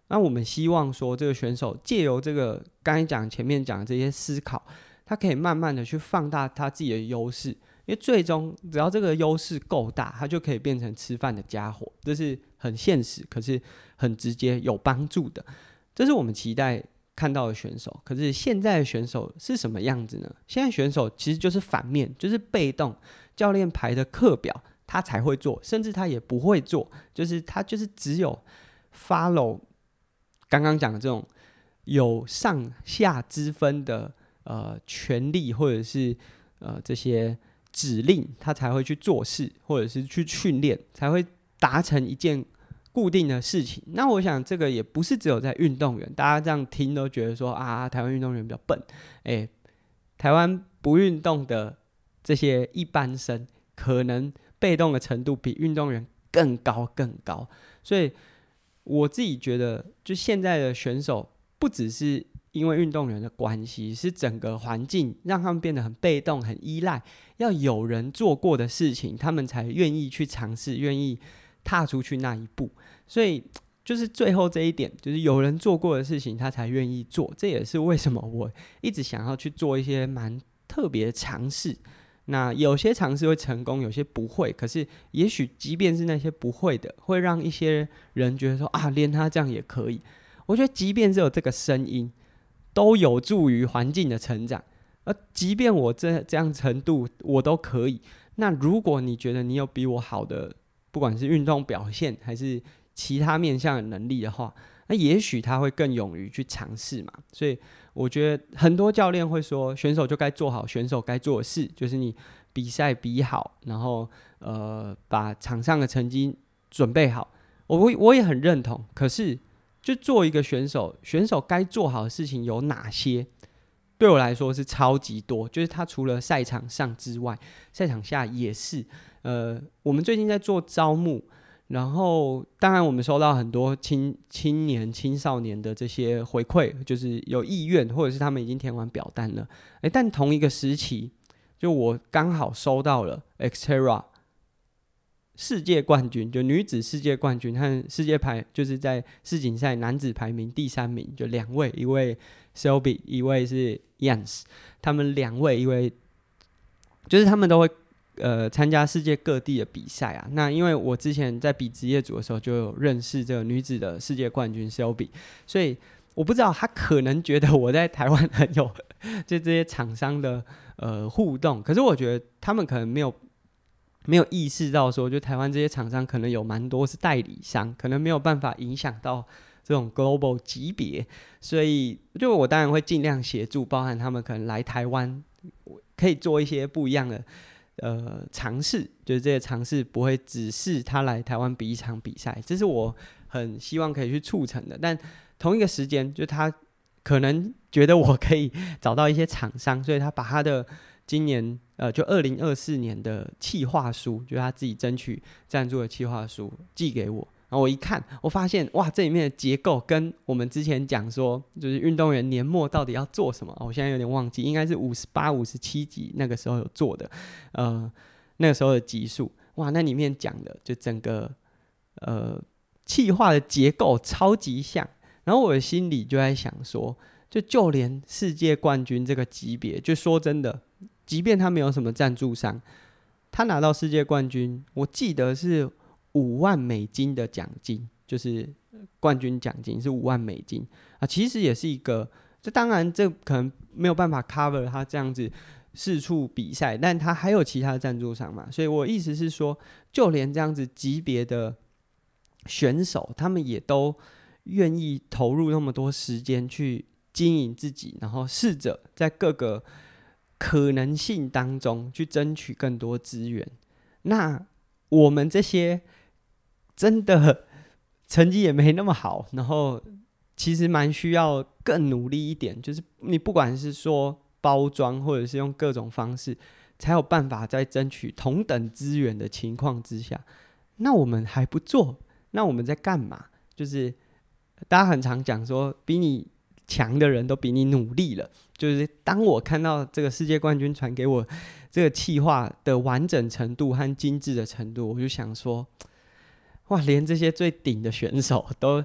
那我们希望说这个选手借由这个刚才前面讲的这些思考，他可以慢慢的去放大他自己的优势，因为最终只要这个优势够大，他就可以变成吃饭的家伙，这是很现实可是很直接有帮助的，这是我们期待看到的选手。可是现在的选手是什么样子呢？现在选手其实就是反面，就是被动，教练排的课表他才会做，甚至他也不会做，就是他就是只有 follow 刚刚讲的这种有上下之分的权利或者是这些指令，他才会去做事，或者是去训练，才会达成一件固定的事情。那我想这个也不是只有在运动员，大家这样听都觉得说啊，台湾运动员比较笨，台湾不运动的这些一般生，可能被动的程度比运动员更高更高。所以我自己觉得，就现在的选手不只是因为运动员的关系，是整个环境让他们变得很被动、很依赖，要有人做过的事情，他们才愿意去尝试，愿意踏出去那一步。所以就是最后这一点，就是有人做过的事情，他才愿意做。这也是为什么我一直想要去做一些蛮特别的尝试。那有些尝试会成功，有些不会，可是也许即便是那些不会的，会让一些人觉得说啊，连他这样也可以。我觉得即便是有这个声音，都有助于环境的成长。即便我这样程度我都可以，那如果你觉得你有比我好的，不管是运动表现还是其他面向的能力的话，那也许他会更勇于去尝试嘛。所以我觉得很多教练会说，选手就该做好选手该做的事，就是你比赛比好，然后把场上的成绩准备好。我也很认同，可是就做一个选手，选手该做好的事情有哪些？对我来说是超级多，就是他除了赛场上之外，赛场下也是。我们最近在做招募，然后当然我们收到很多青年、青少年的这些回馈，就是有意愿，或者是他们已经填完表单了。但同一个时期，就我刚好收到了 Xterra 世界冠军，就女子世界冠军和世界排，就是在世锦赛男子排名第3名，就2位，一位 Selby， 一位是 Jans， 他们2位，一位就是他们都会参加世界各地的比赛啊。那因为我之前在比职业组的时候就有认识这个女子的世界冠军 Selby， 所以我不知道他可能觉得我在台湾很有就这些厂商的互动，可是我觉得他们可能没有意识到说，就台湾这些厂商可能有蛮多是代理商，可能没有办法影响到这种 global 级别，所以就我当然会尽量协助，包含他们可能来台湾可以做一些不一样的尝试，就是这些尝试不会只是他来台湾比一场比赛，这是我很希望可以去促成的。但同一个时间，就他可能觉得我可以找到一些厂商，所以他把他的今年就2024年的企划书，就是他自己争取赞助的企划书寄给我。然后我一看，我发现哇，这里面的结构跟我们之前讲说，就是运动员年末到底要做什么，我现在有点忘记，应该是58、57集那个时候有做的，那个时候的集数，哇，那里面讲的就整个企划的结构超级像。然后我的心里就在想说，就连世界冠军这个级别，就说真的，即便他没有什么赞助商，他拿到世界冠军，我记得是$5万的奖金，就是冠军奖金是$5万啊，其实也是一个，这当然这可能没有办法 cover 他这样子四处比赛，但他还有其他的赞助商嘛，所以我意思是说，就连这样子级别的选手，他们也都愿意投入那么多时间去经营自己，然后试着在各个可能性当中去争取更多资源。那我们这些真的成绩也没那么好，然后其实蛮需要更努力一点，就是你不管是说包装，或者是用各种方式，才有办法在争取同等资源的情况之下，那我们还不做，那我们在干嘛？就是大家很常讲说，比你强的人都比你努力了。就是当我看到这个世界冠军传给我这个企划的完整程度和精致的程度，我就想说，哇，连这些最顶的选手都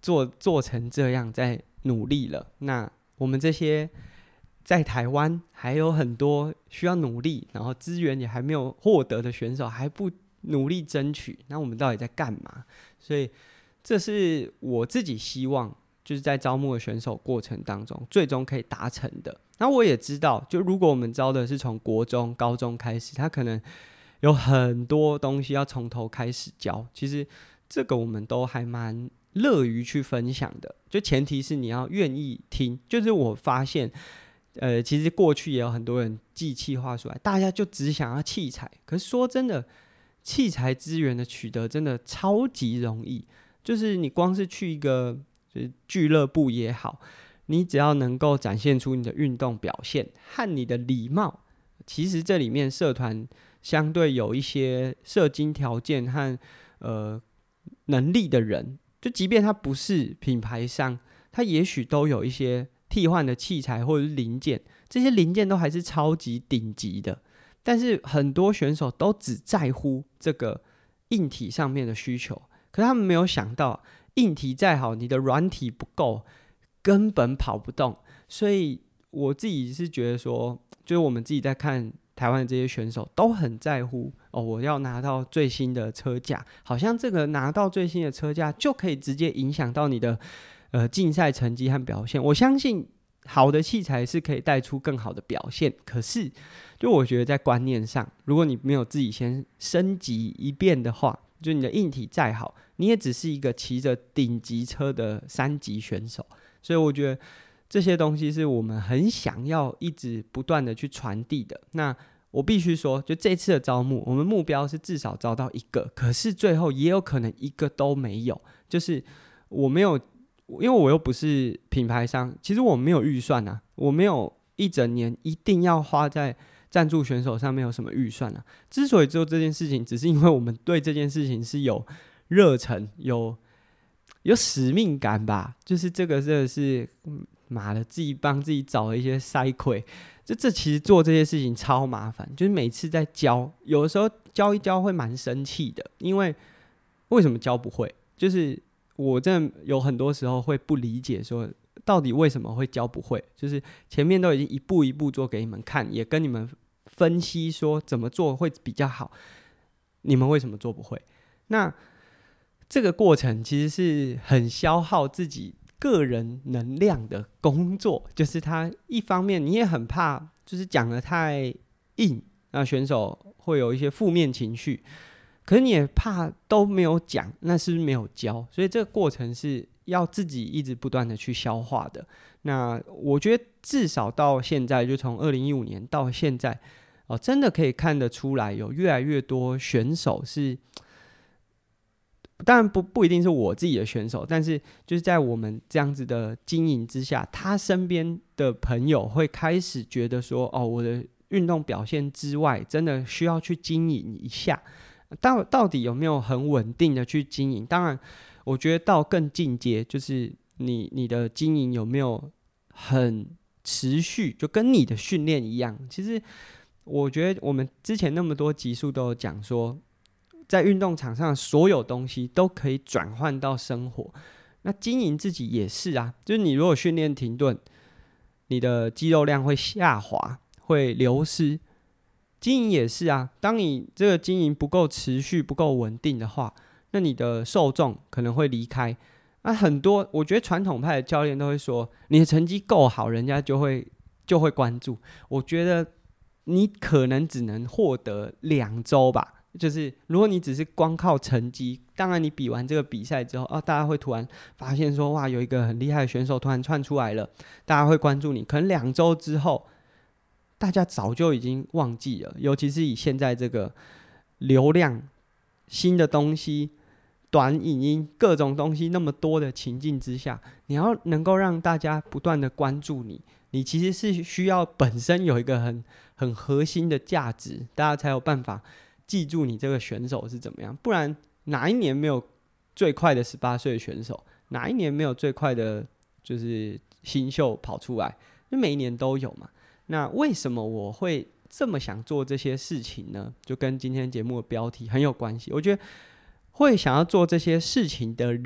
做成这样在努力了，那我们这些在台湾还有很多需要努力，然后资源也还没有获得的选手还不努力争取，那我们到底在干嘛？所以这是我自己希望就是在招募的选手过程当中最终可以达成的。那我也知道，就如果我们招的是从国中高中开始，他可能有很多东西要从头开始教，其实这个我们都还蛮乐于去分享的，就前提是你要愿意听。就是我发现其实过去也有很多人寄企划出来，大家就只想要器材，可是说真的，器材资源的取得真的超级容易，就是你光是去一个就是俱乐部也好，你只要能够展现出你的运动表现和你的礼貌，其实这里面社团相对有一些社经条件和能力的人，就即便他不是品牌商，他也许都有一些替换的器材或者是零件，这些零件都还是超级顶级的。但是很多选手都只在乎这个硬体上面的需求，可是他们没有想到，硬体再好，你的软体不够，根本跑不动。所以我自己是觉得说，就是我们自己在看台湾的这些选手，都很在乎我要拿到最新的车架，好像这个拿到最新的车架就可以直接影响到你的竞赛成绩和表现。我相信好的器材是可以带出更好的表现，可是就我觉得在观念上，如果你没有自己先升级一遍的话，就你的硬体再好，你也只是一个骑着顶级车的3级选手。所以我觉得这些东西是我们很想要一直不断的去传递的。那我必须说，就这次的招募，我们目标是至少招到1个，可是最后也有可能1个都没有。就是我没有，因为我又不是品牌商，其实我没有预算啊，我没有一整年一定要花在赞助选手上面有什么预算啊。之所以做这件事情，只是因为我们对这件事情是有热忱、有使命感吧。就是这个真的是妈的，自己帮自己找了一些塞亏。这其实做这些事情超麻烦，就是每次在教，有的时候教一教会蛮生气的，因为为什么教不会？就是我真的有很多时候会不理解，说到底为什么会教不会？就是前面都已经一步一步做给你们看，也跟你们分析说怎么做会比较好，你们为什么做不会？那这个过程其实是很消耗自己个人能量的工作，就是他一方面你也很怕，就是讲得太硬，那选手会有一些负面情绪，可是你也怕都没有讲，那是不是没有教？所以这个过程是要自己一直不断的去消化的。那我觉得至少到现在，就从2015年到现在，真的可以看得出来，有越来越多选手是。当然不一定是我自己的选手，但是就是在我们这样子的经营之下，他身边的朋友会开始觉得说，我的运动表现之外，真的需要去经营一下。到底有没有很稳定的去经营？当然，我觉得到更进阶，就是你的经营有没有很持续，就跟你的训练一样。其实我觉得我们之前那么多集数都有讲说，在运动场上所有东西都可以转换到生活，那经营自己也是啊。就是你如果训练停顿，你的肌肉量会下滑，会流失。经营也是啊，当你这个经营不够持续、不够稳定的话，那你的受众可能会离开。很多我觉得传统派的教练都会说，你的成绩够好，人家就会关注。我觉得你可能只能获得2周吧。就是如果你只是光靠成绩，当然你比完这个比赛之后，大家会突然发现说，哇，有一个很厉害的选手突然窜出来了，大家会关注你。可能2周之后，大家早就已经忘记了。尤其是以现在这个流量、新的东西、短影音各种东西那么多的情境之下，你要能够让大家不断的关注你，你其实是需要本身有一个很核心的价值，大家才有办法记住你这个选手是怎么样。不然哪一年没有最快的18岁的选手，哪一年没有最快的就是新秀跑出来，就每一年都有嘛。那为什么我会这么想做这些事情呢？就跟今天节目的标题很有关系。我觉得会想要做这些事情的人，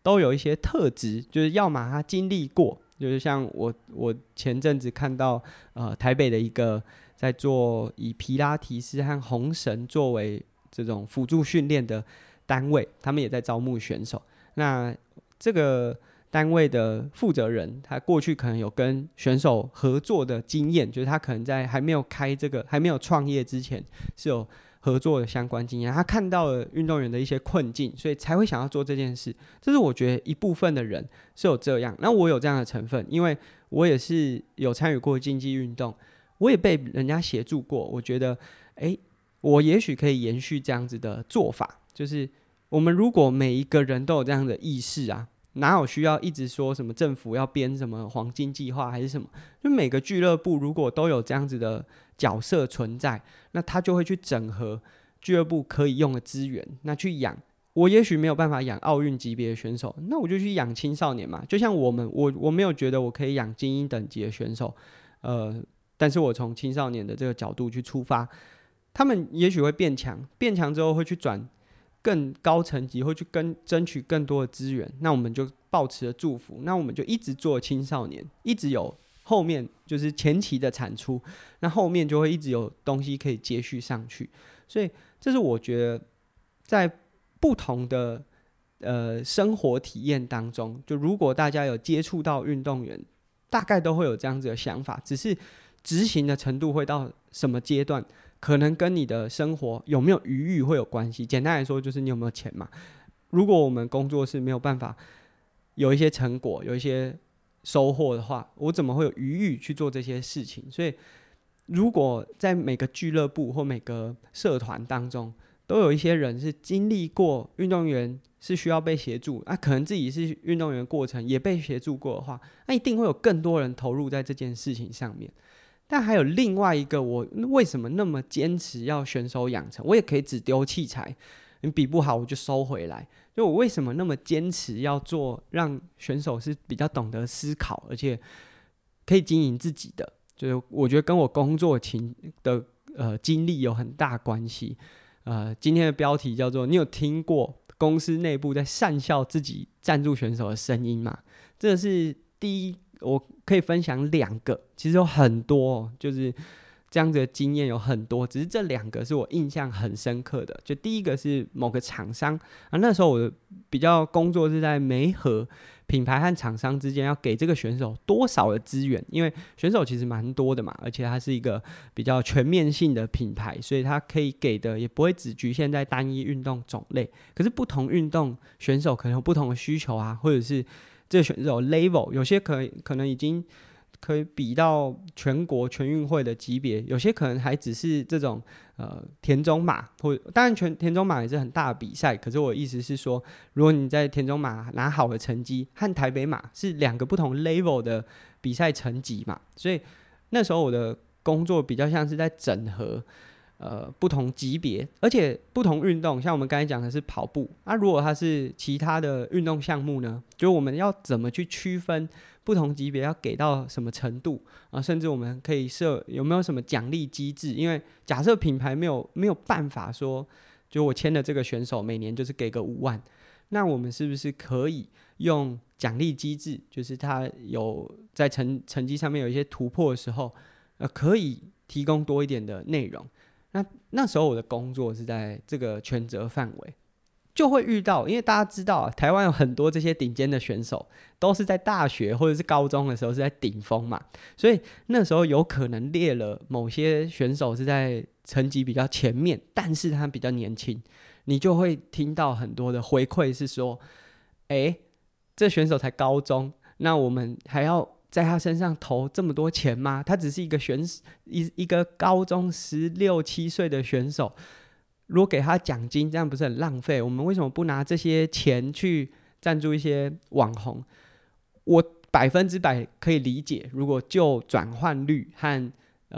都有一些特质，就是要么他经历过，就是像我前阵子看到台北的一个在做以皮拉提斯和红绳作为这种辅助训练的单位，他们也在招募选手。那这个单位的负责人，他过去可能有跟选手合作的经验，就是他可能在还没有创业之前是有合作的相关经验，他看到了运动员的一些困境，所以才会想要做这件事。这是我觉得一部分的人是有这样，那我有这样的成分，因为我也是有参与过竞技运动，我也被人家协助过，我觉得我也许可以延续这样子的做法，就是我们如果每一个人都有这样的意识啊，哪有需要一直说什么政府要编什么黄金计划还是什么？就每个俱乐部如果都有这样子的角色存在，那他就会去整合俱乐部可以用的资源，那去养。我也许没有办法养奥运级别的选手，那我就去养青少年嘛。就像我没有觉得我可以养精英等级的选手，但是我从青少年的这个角度去出发，他们也许会变强，变强之后会去转更高层级，会去争取更多的资源，那我们就抱持了祝福，那我们就一直做青少年，一直有后面就是前期的产出，那后面就会一直有东西可以接续上去。所以这是我觉得在不同的生活体验当中，就如果大家有接触到运动员，大概都会有这样子的想法，只是执行的程度会到什么阶段，可能跟你的生活有没有余裕会有关系。简单来说，就是你有没有钱嘛。如果我们工作室没有办法有一些成果，有一些收获的话，我怎么会有余裕去做这些事情？所以，如果在每个俱乐部或每个社团当中，都有一些人是经历过运动员是需要被协助，可能自己是运动员过程也被协助过的话，那一定会有更多人投入在这件事情上面。但还有另外一个，我为什么那么坚持要选手养成？我也可以只丢器材，你比不好我就收回来。就我为什么那么坚持要做，让选手是比较懂得思考，而且可以经营自己的？就是我觉得跟我工作的经历有很大关系。今天的标题叫做"你有听过公司内部在讪笑自己赞助选手的声音吗？"这是第一，我可以分享2个，其实有很多，就是这样子的经验有很多，只是这2个是我印象很深刻的。就第一个是某个厂商那时候我比较工作是在媒合品牌和厂商之间要给这个选手多少的资源，因为选手其实蛮多的嘛，而且它是一个比较全面性的品牌，所以它可以给的也不会只局限在单一运动种类。可是不同运动选手可能有不同的需求啊，或者是这个选手 level 有些可能已经可以比到全国全运会的级别，有些可能还只是这种田中马，当然田中马也是很大的比赛，可是我的意思是说，如果你在田中马拿好的成绩，和台北马是2个不同 level 的比赛成绩嘛，所以那时候我的工作比较像是在整合不同级别，而且不同运动，像我们刚才讲的是跑步，如果它是其他的运动项目呢，就我们要怎么去区分不同级别要给到什么程度甚至我们可以有没有什么奖励机制？因为假设品牌没有办法说，就我签的这个选手每年就是给个5万，那我们是不是可以用奖励机制，就是他有在成绩上面有一些突破的时候，可以提供多一点的内容？那时候我的工作是在这个权责范围，就会遇到，因为大家知道台湾有很多这些顶尖的选手都是在大学或者是高中的时候是在顶峰嘛，所以那时候有可能列了某些选手是在成绩比较前面，但是他比较年轻，你就会听到很多的回馈是说，这选手才高中，那我们还要在他身上投这么多钱吗？他只是一个高中16、17岁的选手，如果给他奖金，这样不是很浪费？我们为什么不拿这些钱去赞助一些网红？我100%可以理解，如果就转换率和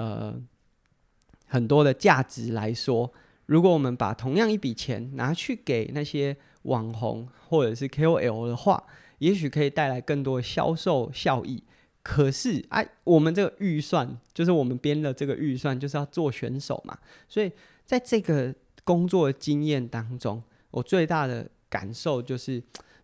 很多的价值来说，如果我们把同样一笔钱拿去给那些网红或者是 KOL 的话，也许可以带来更多的销售效益。可是我们这个预算，就是我们编的这个预算就是要做选手嘛，所以在这个工作的经验当中，我最大的感受就是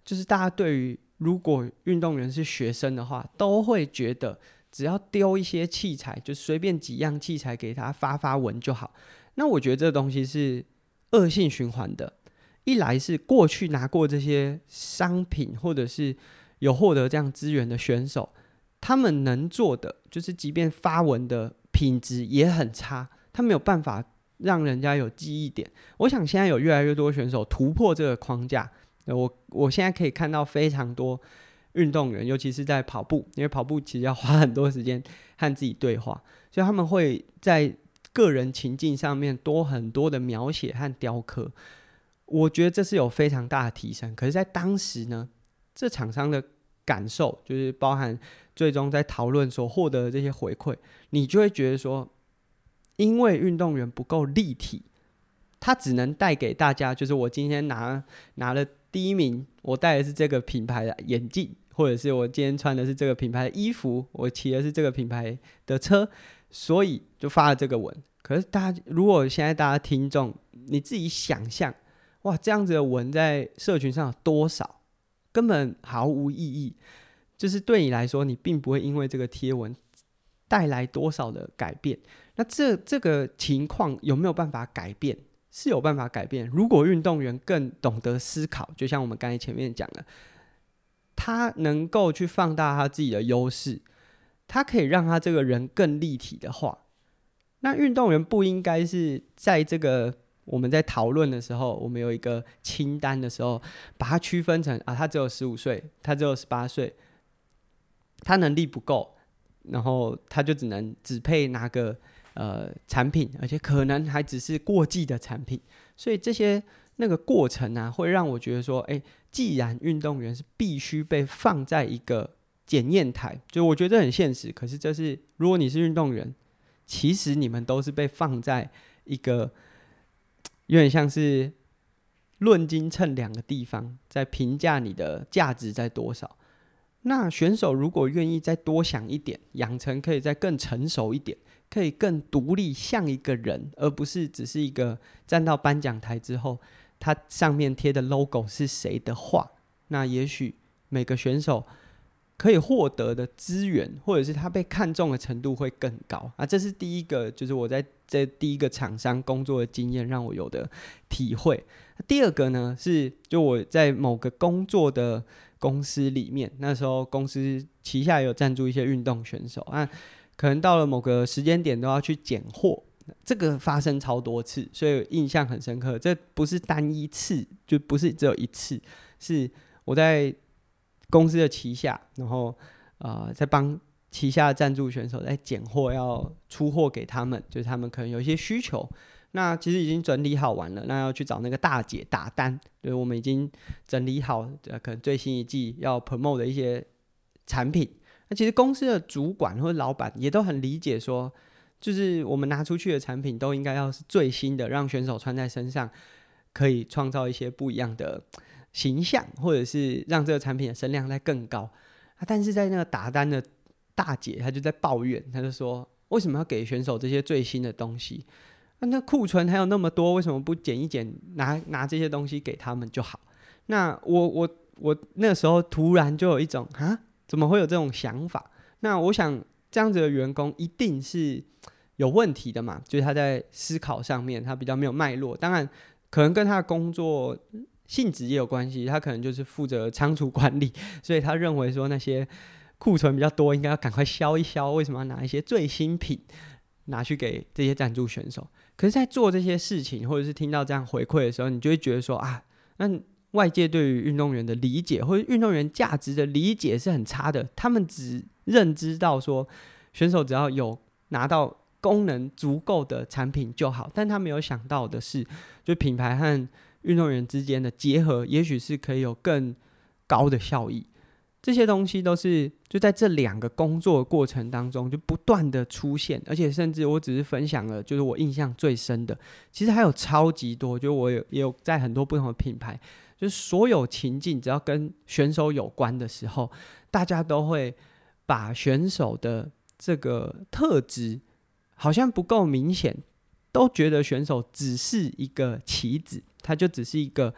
就是大家对于如果运动员是学生的话，都会觉得只要丢一些器材，就随便几样器材给他发文就好。那我觉得这个东西是恶性循环的。一来是过去拿过这些商品或者是有获得这样资源的选手，他们能做的就是即便发文的品质也很差，他没有办法让人家有记忆点。我想现在有越来越多选手突破这个框架，我现在可以看到非常多运动员，尤其是在跑步，因为跑步其实要花很多时间和自己对话，所以他们会在个人情境上面多很多的描写和雕刻。我觉得这是有非常大的提升。可是在当时呢，这厂商的感受就是包含最终在讨论所获得的这些回馈，你就会觉得说，因为运动员不够立体，他只能带给大家就是我今天拿了第一名，我戴的是这个品牌的眼镜，或者是我今天穿的是这个品牌的衣服，我骑的是这个品牌的车，所以就发了这个文。可是如果现在大家听众你自己想象，哇，这样子的文在社群上有多少，根本毫无意义。就是对你来说，你并不会因为这个贴文带来多少的改变。那这个情况有没有办法改变？是有办法改变。如果运动员更懂得思考，就像我们刚才前面讲的，他能够去放大他自己的优势，他可以让他这个人更立体的话，那运动员不应该是在这个我们在讨论的时候，我们有一个清单的时候，把它区分成他只有15岁，他只有18岁，他能力不够，然后他就只配拿个产品，而且可能还只是过季的产品。所以这些那个过程啊，会让我觉得说，既然运动员是必须被放在一个检验台，就我觉得很现实。可是这是如果你是运动员，其实你们都是被放在一个有点像是论斤称两个地方，在评价你的价值在多少。那选手如果愿意再多想一点，养成可以再更成熟一点，可以更独立，像一个人，而不是只是一个站到颁奖台之后他上面贴的 logo 是谁的话，那也许每个选手可以获得的资源，或者是他被看中的程度会更高啊。这是第一个，就是我在这第一个厂商工作的经验让我有的体会。第二个呢，是就我在某个工作的公司里面，那时候公司旗下有赞助一些运动选手啊，可能到了某个时间点都要去拣货，这个发生超多次，所以印象很深刻。这不是单一次，就不是只有一次，是我在公司的旗下，然后在帮旗下的赞助选手在拣货，要出货给他们，就是他们可能有一些需求，那其实已经整理好完了，那要去找那个大姐打单，就是我们已经整理好可能最新一季要 promote 的一些产品。那其实公司的主管或者老板也都很理解说，就是我们拿出去的产品都应该要是最新的，让选手穿在身上可以创造一些不一样的形象，或者是让这个产品的声量再更高。但是在那个打单的大姐，她就在抱怨，她就说为什么要给选手这些最新的东西？那库存还有那么多，为什么不减一减，拿这些东西给他们就好？那我那时候突然就有一种怎么会有这种想法？那我想这样子的员工一定是有问题的嘛，就是他在思考上面他比较没有脉络。当然可能跟他的工作性质也有关系，他可能就是负责仓储管理，所以他认为说那些库存比较多应该要赶快销一销，为什么要拿一些最新品拿去给这些赞助选手？可是在做这些事情或者是听到这样回馈的时候，你就会觉得说那外界对于运动员的理解或者运动员价值的理解是很差的。他们只认知到说选手只要有拿到功能足够的产品就好，但他没有想到的是，就品牌和运动员之间的结合也许是可以有更高的效益。这些东西都是就在这两个工作的过程当中就不断的出现，而且甚至我只是分享了就是我印象最深的，其实还有超级多。就我也有在很多不同的品牌，就是所有情境只要跟选手有关的时候，大家都会把选手的这个特质好像不够明显，都觉得选手只是一个棋子，他就只是一个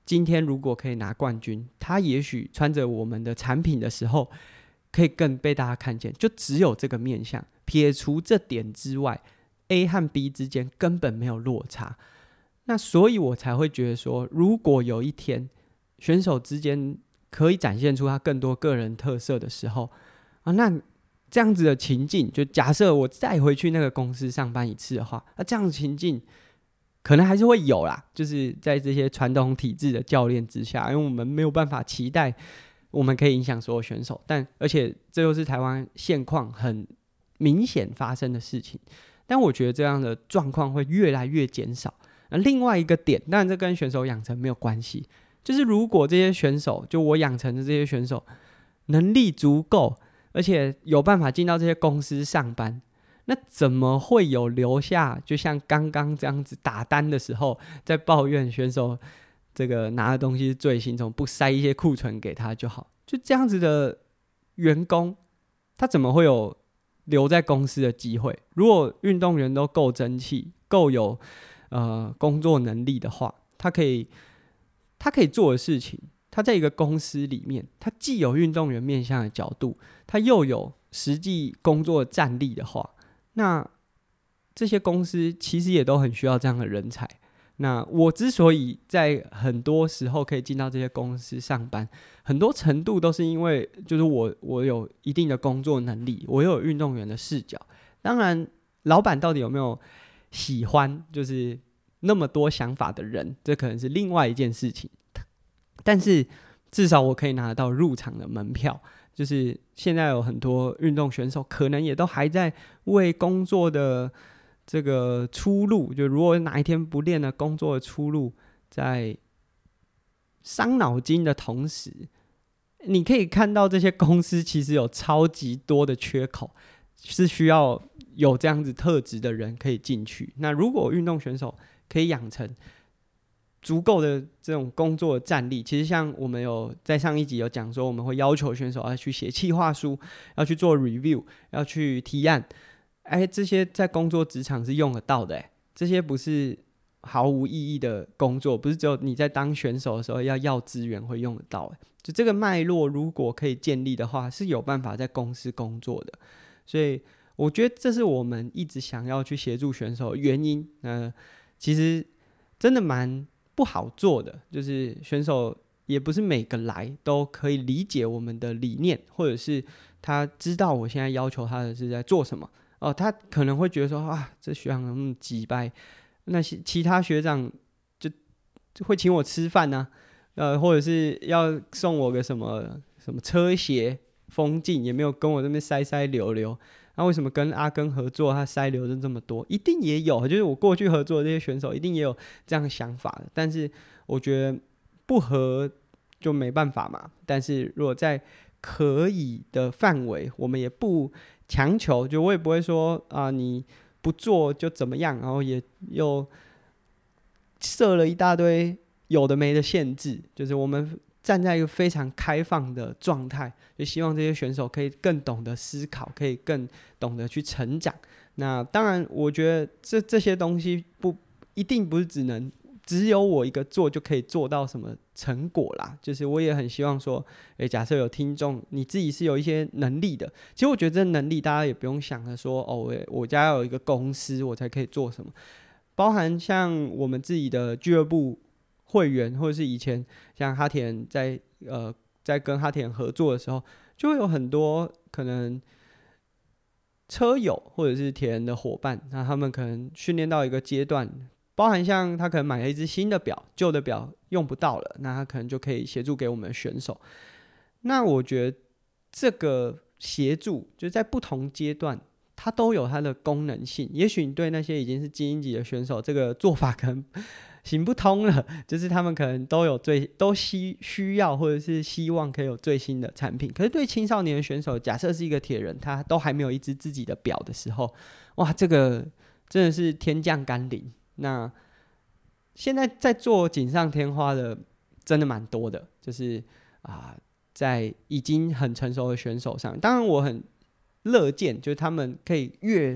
今天如果可以拿冠军，他也许穿着我们的产品的时候可以更被大家看见，就只有这个面向，撇除这点之外， A 和 B 之间根本没有落差。那所以我才会觉得说，如果有一天选手之间可以展现出他更多个人特色的时候那这样子的情境，就假设我再回去那个公司上班一次的话，那这样的情境可能还是会有啦，就是在这些传统体制的教练之下，因为我们没有办法期待我们可以影响所有选手，但而且这又是台湾现况很明显发生的事情，但我觉得这样的状况会越来越减少。那另外一个点，当然这跟选手养成没有关系，就是如果这些选手，就我养成的这些选手能力足够，而且有办法进到这些公司上班，那怎么会有留下就像刚刚这样子打单的时候在抱怨选手这个拿的东西是最新从不塞一些库存给他就好，就这样子的员工，他怎么会有留在公司的机会？如果运动员都够争气，够有工作能力的话，他可以做的事情，他在一个公司里面，他既有运动员面向的角度，他又有实际工作的战力的话，那这些公司其实也都很需要这样的人才。那我之所以在很多时候可以进到这些公司上班，很多程度都是因为就是我有一定的工作能力，我又有运动员的视角。当然老板到底有没有喜欢就是那么多想法的人，这可能是另外一件事情，但是至少我可以拿得到入场的门票。就是现在有很多运动选手可能也都还在为工作的这个出路，就如果哪一天不练了，工作的出路在伤脑筋的同时，你可以看到这些公司其实有超级多的缺口，是需要有这样子特质的人可以进去。那如果运动选手可以养成足够的这种工作的战力，其实像我们有在上一集有讲说，我们会要求选手要去写企划书，要去做 review， 要去提案，这些在工作职场是用得到的，这些不是毫无意义的工作，不是只有你在当选手的时候要资源会用得到，就这个脉络如果可以建立的话，是有办法在公司工作的。所以我觉得这是我们一直想要去协助选手的原因。其实真的蛮不好做的，就是选手也不是每个来都可以理解我们的理念，或者是他知道我现在要求他的是在做什么。他可能会觉得说这学长那么鸡掰，那些其他学长就会请我吃饭或者是要送我个什么车鞋风镜，也没有跟我这边塞流。那为什么跟阿根合作他塞流的这么多？一定也有，就是我过去合作的这些选手一定也有这样的想法的，但是我觉得不合就没办法嘛。但是如果在可以的范围，我们也不强求，就我也不会说你不做就怎么样，然后也又设了一大堆有的没的限制，就是我们站在一个非常开放的状态，就希望这些选手可以更懂得思考，可以更懂得去成长。那当然我觉得这些东西一定不是只有我一个做就可以做到什么成果啦，就是我也很希望说假设有听众你自己是有一些能力的，其实我觉得这能力大家也不用想着说我家要有一个公司我才可以做什么，包含像我们自己的俱乐部会员，或者是以前像哈田在跟哈田合作的时候，就会有很多可能车友或者是铁人的伙伴，那他们可能训练到一个阶段，包含像他可能买了一只新的表，旧的表用不到了，那他可能就可以协助给我们的选手。那我觉得这个协助就在不同阶段它都有它的功能性，也许你对那些已经是精英级的选手这个做法可能行不通了，就是他们可能都需要或者是希望可以有最新的产品，可是对青少年的选手，假设是一个铁人，他都还没有一只自己的表的时候，哇，这个真的是天降甘霖。那现在在做锦上添花的真的蛮多的，就是在已经很成熟的选手上，当然我很乐见就是他们可以越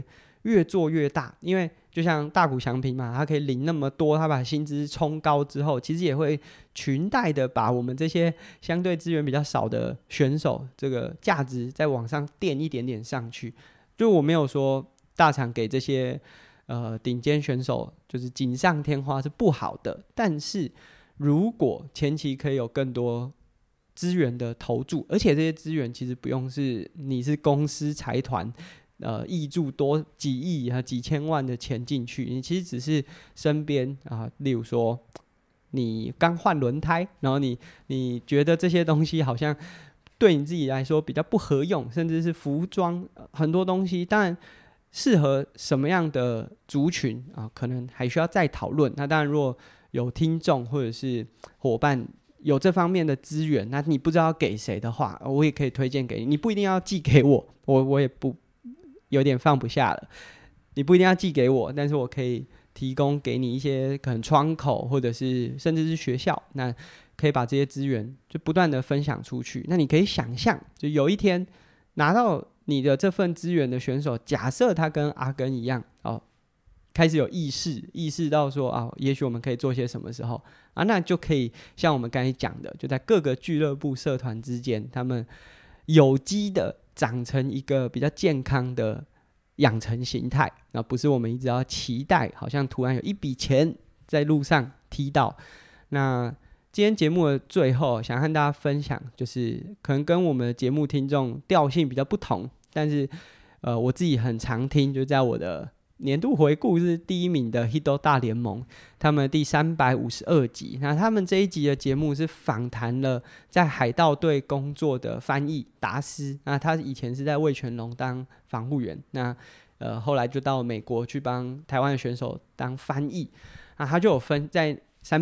越做越大，因为就像大谷翔平嘛，他可以领那么多，他把薪资冲高之后，其实也会裙带的把我们这些相对资源比较少的选手这个价值再往上垫一点点上去。就我没有说大厂给这些顶尖选手就是锦上添花是不好的，但是如果前期可以有更多资源的投注，而且这些资源其实不用是你是公司财团挹注多几亿几千万的钱进去，你其实只是身边例如说你刚换轮胎，然后你觉得这些东西好像对你自己来说比较不合用，甚至是服装很多东西，当然适合什么样的族群可能还需要再讨论。那当然如果有听众或者是伙伴有这方面的资源，那你不知道给谁的话，我也可以推荐给你。你不一定要寄给我，我也不有点放不下了。你不一定要寄给我，但是我可以提供给你一些可能窗口，或者是甚至是学校，那可以把这些资源就不断的分享出去。那你可以想象，就有一天拿到你的这份资源的选手，假设他跟阿根一样开始有意识到说也许我们可以做些什么时候那就可以像我们刚才讲的，就在各个俱乐部社团之间，他们有机的长成一个比较健康的养成形态，那不是我们一直要期待好像突然有一笔钱在路上踢到。那今天节目的最后想和大家分享，就是可能跟我们的节目听众调性比较不同，但是我自己很常听，就在我的年度回顾是第1名的 Hito 大联盟，他们第352集。那他们这一集的节目是访谈了在海盗队工作的翻译达斯，那他以前是在味全龙当防护员，那后来就到美国去帮台湾的选手当翻译。那他就有分在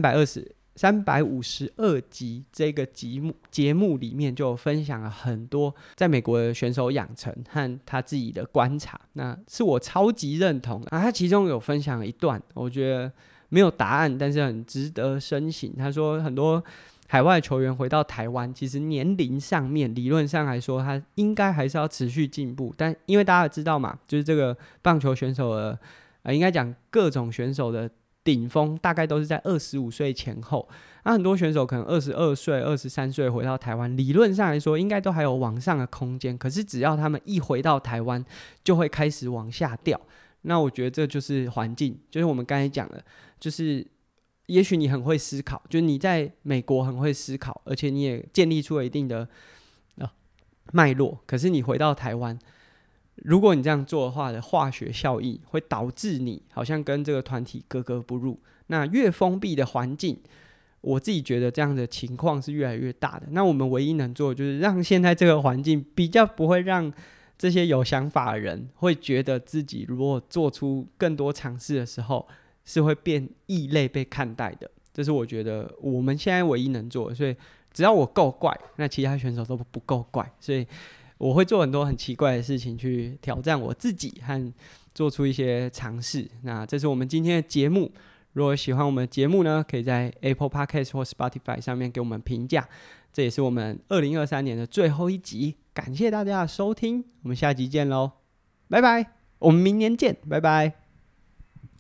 352集这个节目里面，就有分享了很多在美国的选手养成和他自己的观察，那是我超级认同的他其中有分享了一段，我觉得没有答案，但是很值得深省。他说很多海外球员回到台湾，其实年龄上面理论上来说他应该还是要持续进步，但因为大家知道嘛，就是这个棒球选手的应该讲各种选手的顶峰大概都是在25岁前后，很多选手可能22岁、23岁回到台湾，理论上来说应该都还有往上的空间，可是只要他们一回到台湾，就会开始往下掉。那我觉得这就是环境，就是我们刚才讲的，就是也许你很会思考，就是你在美国很会思考，而且你也建立出了一定的脉络，可是你回到台湾，如果你这样做的话的化学效益会导致你好像跟这个团体格格不入。那越封闭的环境，我自己觉得这样的情况是越来越大的。那我们唯一能做的就是让现在这个环境比较不会让这些有想法的人会觉得自己如果做出更多尝试的时候是会变异类被看待的，这是我觉得我们现在唯一能做的。所以只要我够怪，那其他选手都不够怪，所以我会做很多很奇怪的事情去挑战我自己和做出一些尝试。那这是我们今天的节目，如果喜欢我们的节目呢，可以在 Apple Podcast 或 Spotify 上面给我们评价。这也是我们2023年的最后一集，感谢大家的收听，我们下集见咯，拜拜，我们明年见，拜拜。